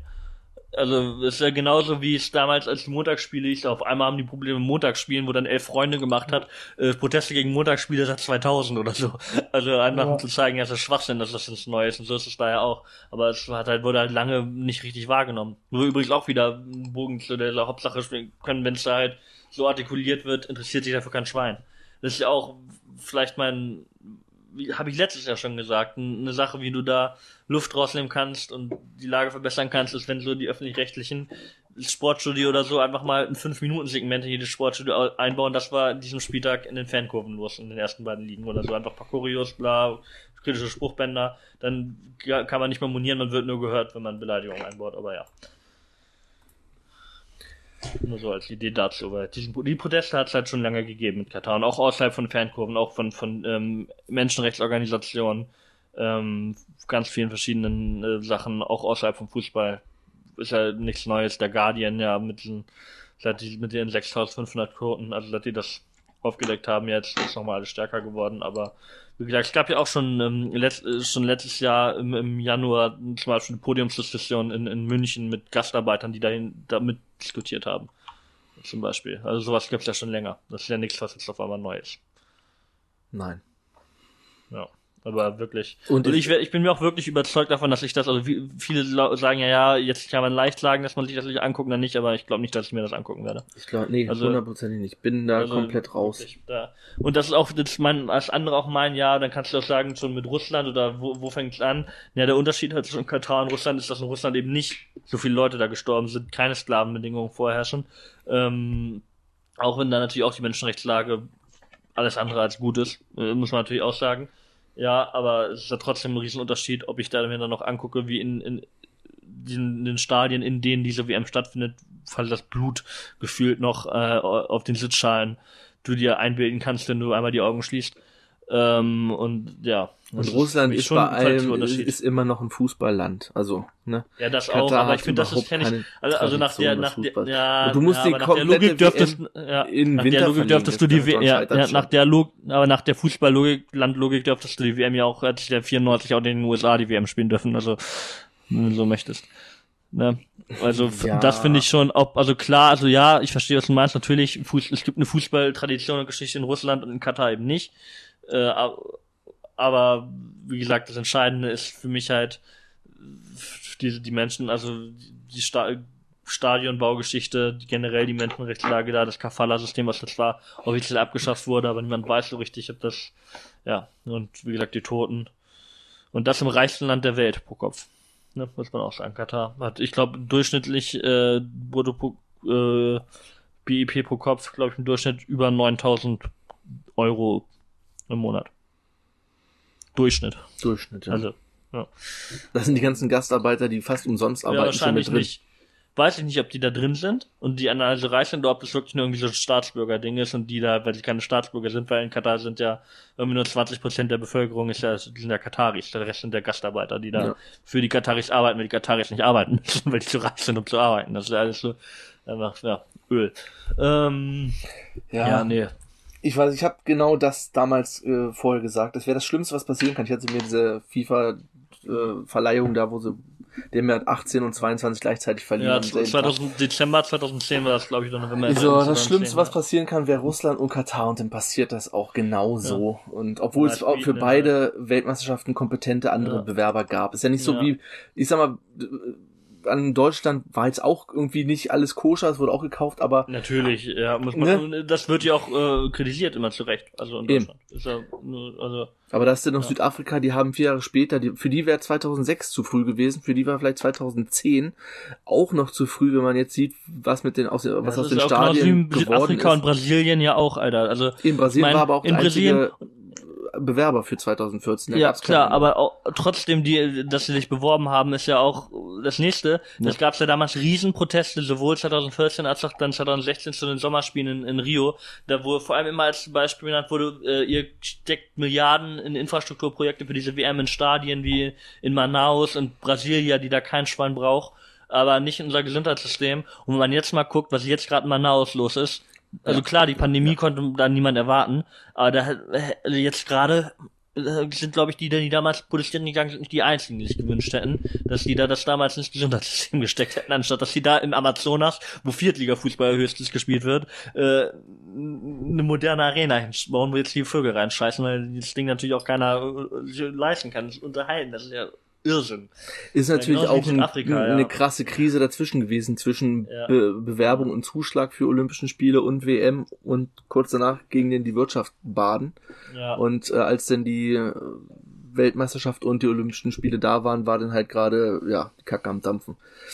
Also, es ist ja genauso wie es damals, als die Montagsspiele hieß, auf einmal haben die Probleme mit Montagsspielen, wo dann elf Freunde gemacht hat, äh, Proteste gegen Montagsspiele seit zweitausend oder so. Also, einfach um Ja. zu zeigen, ja, es ist Schwachsinn, dass das jetzt neu ist, und so ist es da ja auch. Aber es hat halt, wurde halt lange nicht richtig wahrgenommen. Wo wir übrigens auch wieder einen Bogen zu der Hauptsache spielen können, wenn es da halt so artikuliert wird, interessiert sich dafür kein Schwein. Das ist ja auch vielleicht mein, wie habe ich letztes Jahr schon gesagt, eine Sache, wie du da Luft rausnehmen kannst und die Lage verbessern kannst, ist, wenn so die öffentlich-rechtlichen Sportstudio oder so einfach mal ein fünf Minuten Segment in jedes Sportstudio einbauen. Das war an diesem Spieltag in den Fankurven los, in den ersten beiden Ligen oder so. Einfach ein paar Choreos, bla, kritische Spruchbänder. Dann kann man nicht mehr monieren, man wird nur gehört, wenn man Beleidigungen einbaut, aber ja. Nur so als Idee dazu, weil diesen, die Proteste hat es halt schon lange gegeben mit Katar und auch außerhalb von Fankurven, auch von, von ähm, Menschenrechtsorganisationen, ähm, ganz vielen verschiedenen äh, Sachen, auch außerhalb vom Fußball. Ist ja nichts Neues, der Guardian ja mit diesen, seit die, mit den sechstausendfünfhundert Quoten, also seit die das aufgedeckt haben jetzt, ist nochmal alles stärker geworden, aber wie gesagt, es gab ja auch schon, ähm, letzt, äh, schon letztes Jahr im, im Januar zum Beispiel eine Podiumsdiskussion in, in München mit Gastarbeitern, die dahin damit diskutiert haben. Zum Beispiel. Also sowas gibt's ja schon länger. Das ist ja nichts, was jetzt auf einmal neu ist. Nein. Ja. Aber wirklich. Und Und, ich, ich- ich, ich bin mir auch wirklich überzeugt davon, dass ich das, also wie, viele lau- sagen ja, ja, jetzt kann man leicht sagen, dass man sich das nicht angucken, dann nicht, aber ich glaube nicht, dass ich mir das angucken werde. Ich glaube, nee, Also- hundertprozentig nicht. Bin da Also komplett raus. wirklich Da. Und das ist auch das mein, als andere auch mein Jahr, dann kannst du auch sagen, schon mit Russland oder wo, wo fängt es an? Ja, der Unterschied halt zwischen Katar und Russland ist, dass in Russland eben nicht so viele Leute da gestorben sind, keine Sklavenbedingungen vorherrschen. Ähm, auch wenn da natürlich auch die Menschenrechtslage alles andere als gut ist, äh, muss man natürlich auch sagen. Ja, aber es ist ja trotzdem ein Riesenunterschied, ob ich da mir dann noch angucke, wie in, in, diesen, in den Stadien, in denen diese W M stattfindet, weil das Blut gefühlt noch äh, auf den Sitzschalen du dir einbilden kannst, wenn du einmal die Augen schließt. Ähm, und ja. Und Russland ist bei allem, ist, ist immer noch ein Fußballland. Also, ne? Ja, das Katar auch, aber hat ich finde, das ist ja nicht, also, also nach der, nach der, ja, und du musst ja, die aber nach der Logik dürftest, ja, in nach Winter der Logik dürftest du die, W- ja, ja, nach der Logik, aber nach der Fußballlogik, Landlogik dürftest du die W M ja auch, hätte ich ja vierundneunzig auch in den U S A die W M spielen dürfen, also, wenn du so möchtest. Ne? Also ja. Das finde ich schon, ob, also klar, also ja, ich verstehe, was du meinst, natürlich, Fuß, es gibt eine Fußballtradition und Geschichte in Russland und in Katar eben nicht, äh, aber wie gesagt, das Entscheidende ist für mich halt diese die Menschen, also die Sta- Stadionbaugeschichte, die generell die Menschenrechtslage da, das Kafala-System, was jetzt zwar offiziell abgeschafft wurde, aber niemand weiß so richtig, ob das, ja, und wie gesagt, die Toten. Und das im reichsten Land der Welt pro Kopf. Ne, muss man auch sagen. Katar hat, ich glaube, durchschnittlich äh, wurde äh, B I P pro Kopf, glaube ich, im Durchschnitt über neuntausend Euro im Monat. Durchschnitt. Durchschnitt, ja. Also, ja. Das sind die ganzen Gastarbeiter, die fast umsonst arbeiten. Ja, wahrscheinlich nicht. Weiß ich nicht, ob die da drin sind und die also reich sind oder ob das wirklich nur irgendwie so ein Staatsbürger-Ding ist und die da, weil sie keine Staatsbürger sind, weil in Katar sind ja irgendwie nur zwanzig Prozent der Bevölkerung ist ja, die sind ja Kataris, der Rest sind ja Gastarbeiter, die da ja. für die Kataris arbeiten, weil die Kataris nicht arbeiten müssen, weil die zu reich sind, um zu arbeiten. Das ist ja alles so, einfach, ja, Öl. Ähm, ja. ja, nee. Ich weiß, ich habe genau das damals äh, vorher gesagt. Das wäre das Schlimmste, was passieren kann. Ich hatte mir diese FIFA-Verleihung äh, da, wo sie dem ja achtzehn und zweiundzwanzig gleichzeitig verlieren. Ja, zweitausend, Dezember zweitausendzehn war das, glaube ich, dann, wenn man so, das Schlimmste, was passieren kann, wäre Russland und Katar und dann passiert das auch genau so. Ja. Und obwohl ja, es auch für beide ja. Weltmeisterschaften kompetente andere ja. Bewerber gab. Ist ja nicht so ja. wie, ich sag mal, an Deutschland war jetzt auch irgendwie nicht alles koscher, es wurde auch gekauft, aber... Natürlich, ja, muss man, ne? Das wird ja auch äh, kritisiert immer zu Recht, also in Deutschland. Ist ja, also, aber da ist ja noch ja. Südafrika, die haben vier Jahre später, die, für die wäre zweitausendsechs zu früh gewesen, für die war vielleicht zweitausendzehn auch noch zu früh, wenn man jetzt sieht, was mit den, aus, was ja, aus den Stadien geworden Südafrika ist. Und Brasilien ja auch, Alter. Also in Brasilien mein, war aber auch in der einzige Bewerber für zweitausendvierzehn. Da ja, klar, aber auch, trotzdem, die, dass sie sich beworben haben, ist ja auch das Nächste. Ja. Es gab ja damals Riesenproteste, sowohl zweitausendvierzehn als auch dann zweitausendsechzehn zu den Sommerspielen in, in Rio, da wo vor allem immer als Beispiel genannt wurde, äh, ihr steckt Milliarden in Infrastrukturprojekte für diese W M in Stadien wie in Manaus und Brasilia, die da kein Schwein braucht, aber nicht in unser Gesundheitssystem. Und wenn man jetzt mal guckt, was jetzt gerade in Manaus los ist, also klar, die Pandemie ja. konnte da niemand erwarten, aber da also jetzt gerade sind, glaube ich, die, die damals protestieren gegangen sind, nicht die einzigen, die sich gewünscht hätten, dass die da das damals ins Gesundheitssystem gesteckt hätten, anstatt dass sie da im Amazonas, wo Viertliga-Fußball höchstens gespielt wird, äh, eine moderne Arena hinbauen, wo jetzt die Vögel reinscheißen, weil das Ding natürlich auch keiner äh, leisten kann, das unterhalten, das ist ja Irrsinn. Ist natürlich ja, auch ein, Afrika, eine ja. krasse Krise dazwischen gewesen, zwischen ja. Be- Bewerbung und Zuschlag für Olympischen Spiele und W M und kurz danach ging denn die Wirtschaft baden. Ja. Und äh, als denn die äh, Weltmeisterschaft und die Olympischen Spiele da waren, war dann halt gerade, ja, die Kacke am Dampfen.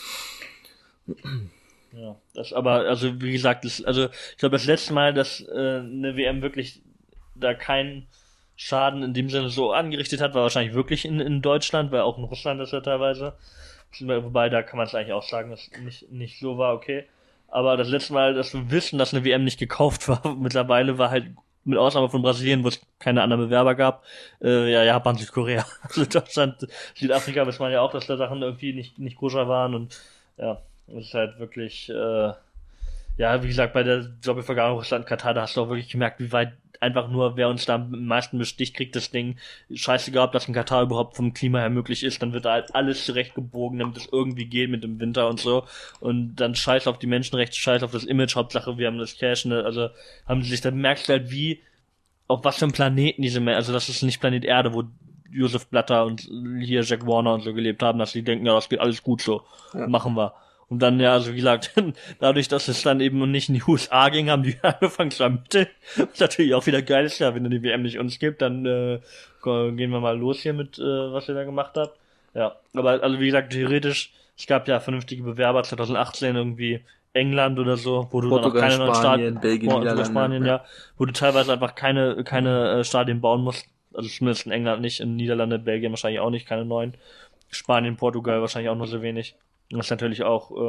Ja, das aber, also wie gesagt, das, also ich glaube, das letzte Mal, dass äh, eine W M wirklich da kein Schaden in dem Sinne so angerichtet hat, war wahrscheinlich wirklich in, in Deutschland, weil auch in Russland ist ja teilweise. Wobei, da kann man es eigentlich auch sagen, dass nicht, nicht so war, okay. Aber das letzte Mal, dass wir wissen, dass eine W M nicht gekauft war, mittlerweile war halt, mit Ausnahme von Brasilien, wo es keine anderen Bewerber gab, äh, ja, Japan, Südkorea. Also Deutschland, Südafrika weiß man ja auch, dass da Sachen irgendwie nicht, nicht koscher waren und ja, es ist halt wirklich, äh, ja, wie gesagt, bei der Doppelvergabe Russland, Katar, da hast du auch wirklich gemerkt, wie weit einfach nur, wer uns da am meisten besticht, kriegt das Ding. Scheißegal, ob das in Katar überhaupt vom Klima her möglich ist, dann wird da halt alles zurechtgebogen, damit es irgendwie geht mit dem Winter und so. Und dann scheiß auf die Menschenrechte, scheiß auf das Image, Hauptsache wir haben das Cash, ne? Also haben sie sich, da merkst du halt wie, auf was für einem Planeten diese Menschen, also das ist nicht Planet Erde, wo Joseph Blatter und hier Jack Warner und so gelebt haben, dass die denken, ja, das geht alles gut so, ja. Machen wir. Und dann, ja, also wie gesagt, dadurch, dass es dann eben nicht in die U S A ging, haben die angefangen zu ermitteln. Was natürlich auch wieder geil ist, ja, wenn die W M nicht uns gibt, dann äh, gehen wir mal los hier mit, äh, was ihr da gemacht habt. Ja, aber also wie gesagt, theoretisch, es gab ja vernünftige Bewerber, zweitausendachtzehn irgendwie England oder so, wo du Portugal, dann auch keine neuen Stadien, Belgien, Portugal, Spanien, ja, wo du teilweise einfach keine keine äh, Stadien bauen musst. Also zumindest in England nicht, in Niederlande, Belgien wahrscheinlich auch nicht, keine neuen. Spanien, Portugal wahrscheinlich auch nur so wenig. Das ist natürlich auch ähm,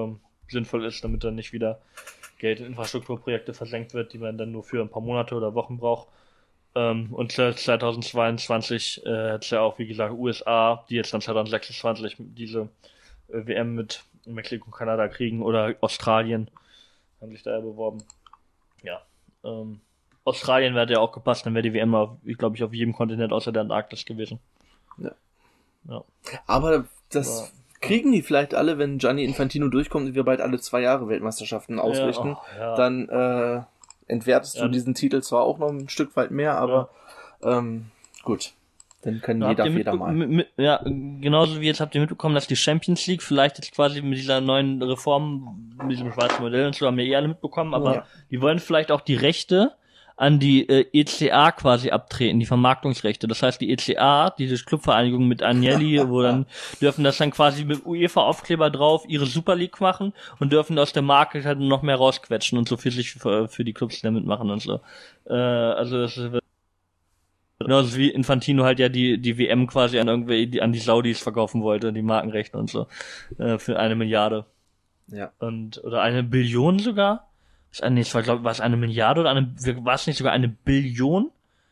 sinnvoll ist, damit dann nicht wieder Geld in Infrastrukturprojekte versenkt wird, die man dann nur für ein paar Monate oder Wochen braucht. Ähm, und zweitausendzweiundzwanzig äh, hat es ja auch, wie gesagt, U S A, die jetzt dann zweitausendsechsundzwanzig diese äh, W M mit Mexiko und Kanada kriegen, oder Australien haben sich da ja beworben. Ja, ähm, Australien wäre ja auch gepasst, dann wäre die W M, auf, ich glaube ich, auf jedem Kontinent außer der Antarktis gewesen. Ja. Ja. Aber das ja. kriegen die vielleicht alle, wenn Gianni Infantino durchkommt und wir bald alle zwei Jahre Weltmeisterschaften ausrichten. Ja, oh, ja. Dann äh, entwertest ja. du diesen Titel zwar auch noch ein Stück weit mehr, aber ja. ähm, gut. Dann können ja, jeder jeder mal. Mit, mit, ja, genauso wie jetzt habt ihr mitbekommen, dass die Champions League vielleicht jetzt quasi mit dieser neuen Reform, mit diesem schwarzen Modell und so, haben wir eh alle mitbekommen, aber ja. die wollen vielleicht auch die Rechte an die äh, E C A quasi abtreten, die Vermarktungsrechte. Das heißt, die E C A, diese Clubvereinigung mit Agnelli, wo dann dürfen das dann quasi mit UEFA-Aufkleber drauf ihre Super League machen und dürfen aus der Marke halt noch mehr rausquetschen und so für sich für, für die Clubs, die da mitmachen und so. Äh, also das ist genauso wie Infantino halt ja die die W M quasi an irgendwie die, an die Saudis verkaufen wollte, die Markenrechte und so, äh, für eine Milliarde. Ja. Und oder eine Billion sogar. Nee, es war, glaube ich, war es eine Milliarde oder eine, war es nicht sogar eine Billion?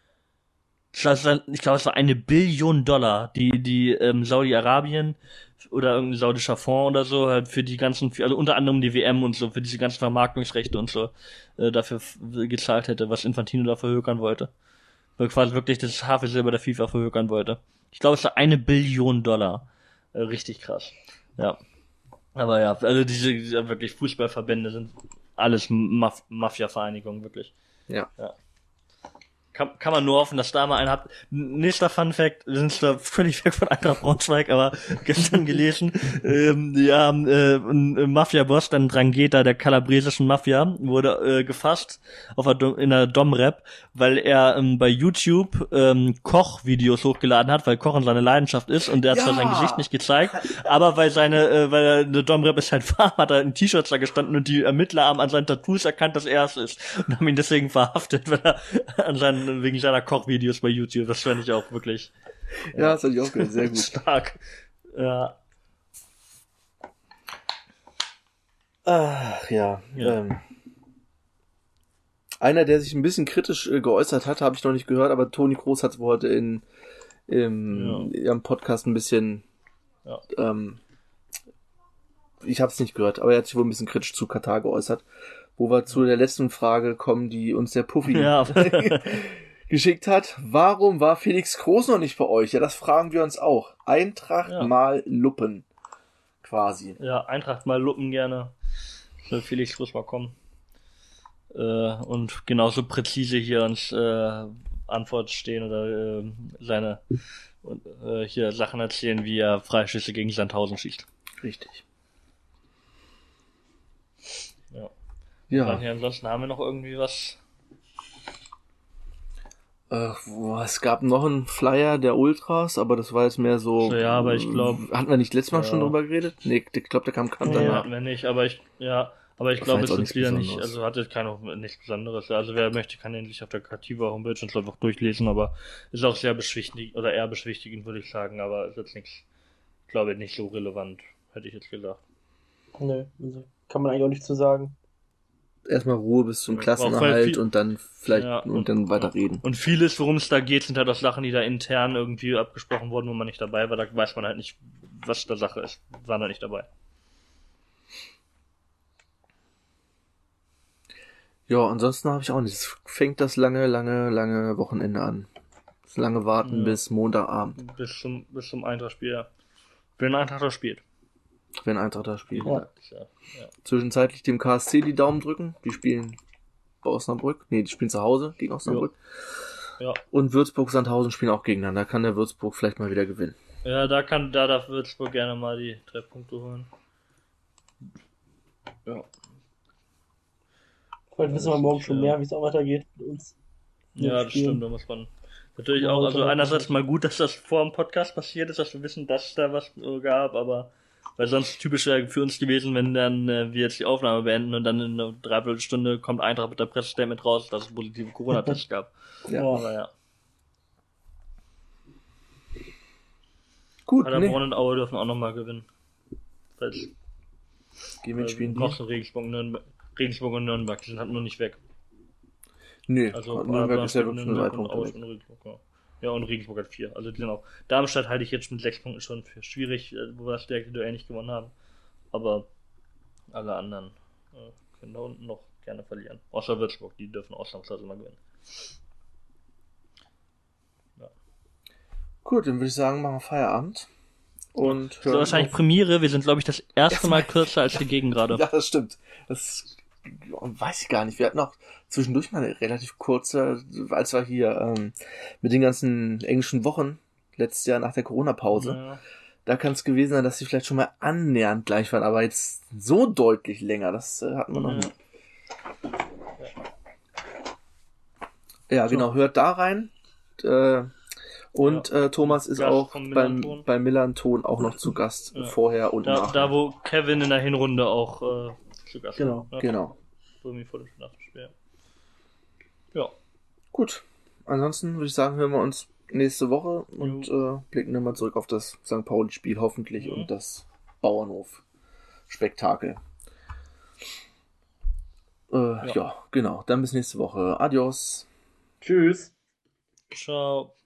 Ich glaube, es war eine Billion Dollar, die, die, ähm, Saudi-Arabien oder irgendein saudischer Fonds oder so, halt für die ganzen, für, also unter anderem die W M und so, für diese ganzen Vermarktungsrechte und so, äh, dafür f- gezahlt hätte, was Infantino da verhökern wollte. Weil quasi wirklich das Havelsilber der FIFA verhökern wollte. Ich glaube, es war eine Billion Dollar. Äh, richtig krass. Ja. Aber ja, also diese, diese wirklich Fußballverbände sind alles Maf- Mafia-Vereinigungen, wirklich. Ja. ja. Kann, kann man nur hoffen, dass da mal einer hat. Nächster Fun-Fact, wir sind zwar völlig weg von Eintracht Braunschweig, aber gestern gelesen, ähm, ja, äh, ein Mafia-Boss, dann Drangheta der kalabresischen Mafia, wurde äh, gefasst auf der Dom, in der Dom-Rap, weil er ähm, bei YouTube ähm, Kochvideos hochgeladen hat, weil Kochen seine Leidenschaft ist und er hat ja. zwar sein Gesicht nicht gezeigt, aber weil seine, äh, weil er, eine Dom-Rap ist halt warm, hat er in T-Shirts da gestanden und die Ermittler haben an seinen Tattoos erkannt, dass er es ist und haben ihn deswegen verhaftet, weil er an seinen wegen seiner Kochvideos bei YouTube. Das fand ich auch wirklich ja, ja das fand ich auch sehr gut. Stark. Ja. Ach ja. ja. Ähm. Einer, der sich ein bisschen kritisch äh, geäußert hat, habe ich noch nicht gehört, aber Toni Kroos hat es wohl heute in im, ja. ihrem Podcast ein bisschen ja. ähm, ich habe es nicht gehört, aber er hat sich wohl ein bisschen kritisch zu Katar geäußert. Wo wir zu der letzten Frage kommen, die uns der Puffy ja. geschickt hat. Warum war Felix Kroos noch nicht bei euch? Ja, das fragen wir uns auch. Eintracht ja. mal Luppen. Quasi. Ja, Eintracht mal Luppen gerne. Soll Felix Kroos mal kommen. Äh, und genauso präzise hier uns äh, Antwort stehen oder äh, seine äh, hier Sachen erzählen, wie er Freischüsse gegen Sandhausen schießt. Richtig. Ja. Ja. Nicht, ansonsten haben wir noch irgendwie was. Äh, es gab noch einen Flyer der Ultras, aber das war jetzt mehr so. so ja, aber ich glaube. Hatten wir nicht letztes Mal ja. schon drüber geredet? Nee, ich glaube, der kam Kant danach. Ja, hatten wir nicht, aber ich, ja, aber ich glaube, es ist wieder nicht, also hat jetzt keine, nichts Besonderes. Also wer möchte, kann endlich auf der Kativa Homepage und einfach durchlesen, aber ist auch sehr beschwichtigend, oder eher beschwichtigend, würde ich sagen, aber ist jetzt nichts, ich glaube, nicht so relevant, hätte ich jetzt gesagt. Nee, also kann man eigentlich auch nicht zu sagen. Erstmal Ruhe bis zum Klassenerhalt und dann vielleicht ja, und, und dann weiter ja. reden. Und vieles, worum es da geht, sind halt auch Sachen, die da intern irgendwie abgesprochen wurden, wo man nicht dabei war. Da weiß man halt nicht, was da Sache ist. Waren da nicht dabei. Ja, ansonsten habe ich auch nicht. Es fängt das lange, lange, lange Wochenende an. Das lange Warten ja. bis Montagabend. Bis zum, bis zum Eintracht-Spiel, ja. Wenn Eintracht das spielt. Wenn Eintracht da spielt. Ja. Ja. Ja. Zwischenzeitlich dem K S C die Daumen drücken. Die spielen bei Osnabrück. Nee, die spielen zu Hause gegen Osnabrück. Ja. Ja. Und Würzburg, Sandhausen spielen auch gegeneinander. Da kann der Würzburg vielleicht mal wieder gewinnen. Ja, da kann, da darf Würzburg gerne mal die drei Punkte holen. Ja. Heute wissen wir morgen schon mehr, wie es auch weitergeht mit uns. Ja, das stimmt, da muss man natürlich auch, also einerseits mal gut, dass das vor dem Podcast passiert ist, dass wir wissen, dass es da was gab, aber weil sonst typisch wäre für uns gewesen, wenn dann äh, wir jetzt die Aufnahme beenden und dann in einer Dreiviertelstunde kommt Eintracht mit der Pressestatement raus, dass es positive Corona-Tests gab. Ja. Aber ja. Gut, Paderborn nee. und Aue dürfen auch nochmal gewinnen. Falls Gegen wen spielen die? Noch Regensburg, Nürnberg, Regensburg und Nürnberg, die sind halt nur nicht weg. Nee, Also Nürnberg ist ja wirklich nur drei Nürnberg und Punkte Aus weg. und Regensburg, ja. Ja, und Regensburg hat vier. Also die sind auch. Darmstadt halte ich jetzt mit sechs Punkten schon für schwierig, äh, wo wir das direkte Duell nicht gewonnen haben. Aber alle anderen äh, können da unten noch gerne verlieren. Außer Würzburg, die dürfen ausnahmsweise mal gewinnen. Ja. Gut, dann würde ich sagen, machen wir Feierabend. Und Das ist wahrscheinlich Premiere. Wir sind, glaube ich, das erste Mal kürzer als die Gegend gerade. Ja, das stimmt. Das weiß ich gar nicht. Wir hatten auch zwischendurch mal eine relativ kurze, als wir hier ähm, mit den ganzen englischen Wochen letztes Jahr nach der Corona-Pause. Ja. Da kann es gewesen sein, dass sie vielleicht schon mal annähernd gleich waren, aber jetzt so deutlich länger, das äh, hatten wir noch Ja. nicht. Ja, genau, hört da rein. Äh, und Ja. äh, Thomas ist Gast auch vom beim, Millanton. beim Millanton auch noch zu Gast, Ja. vorher und Da, nachher. da, wo Kevin in der Hinrunde auch äh, zu Gast Genau, war. Genau. Irgendwie vor dem Nachspiel. Ja. Gut, ansonsten würde ich sagen, hören wir uns nächste Woche und äh, blicken dann mal zurück auf das Sankt Pauli-Spiel hoffentlich Mhm. und das Bauernhof-Spektakel. Äh, ja. ja, genau. Dann bis nächste Woche. Adios. Tschüss. Ciao.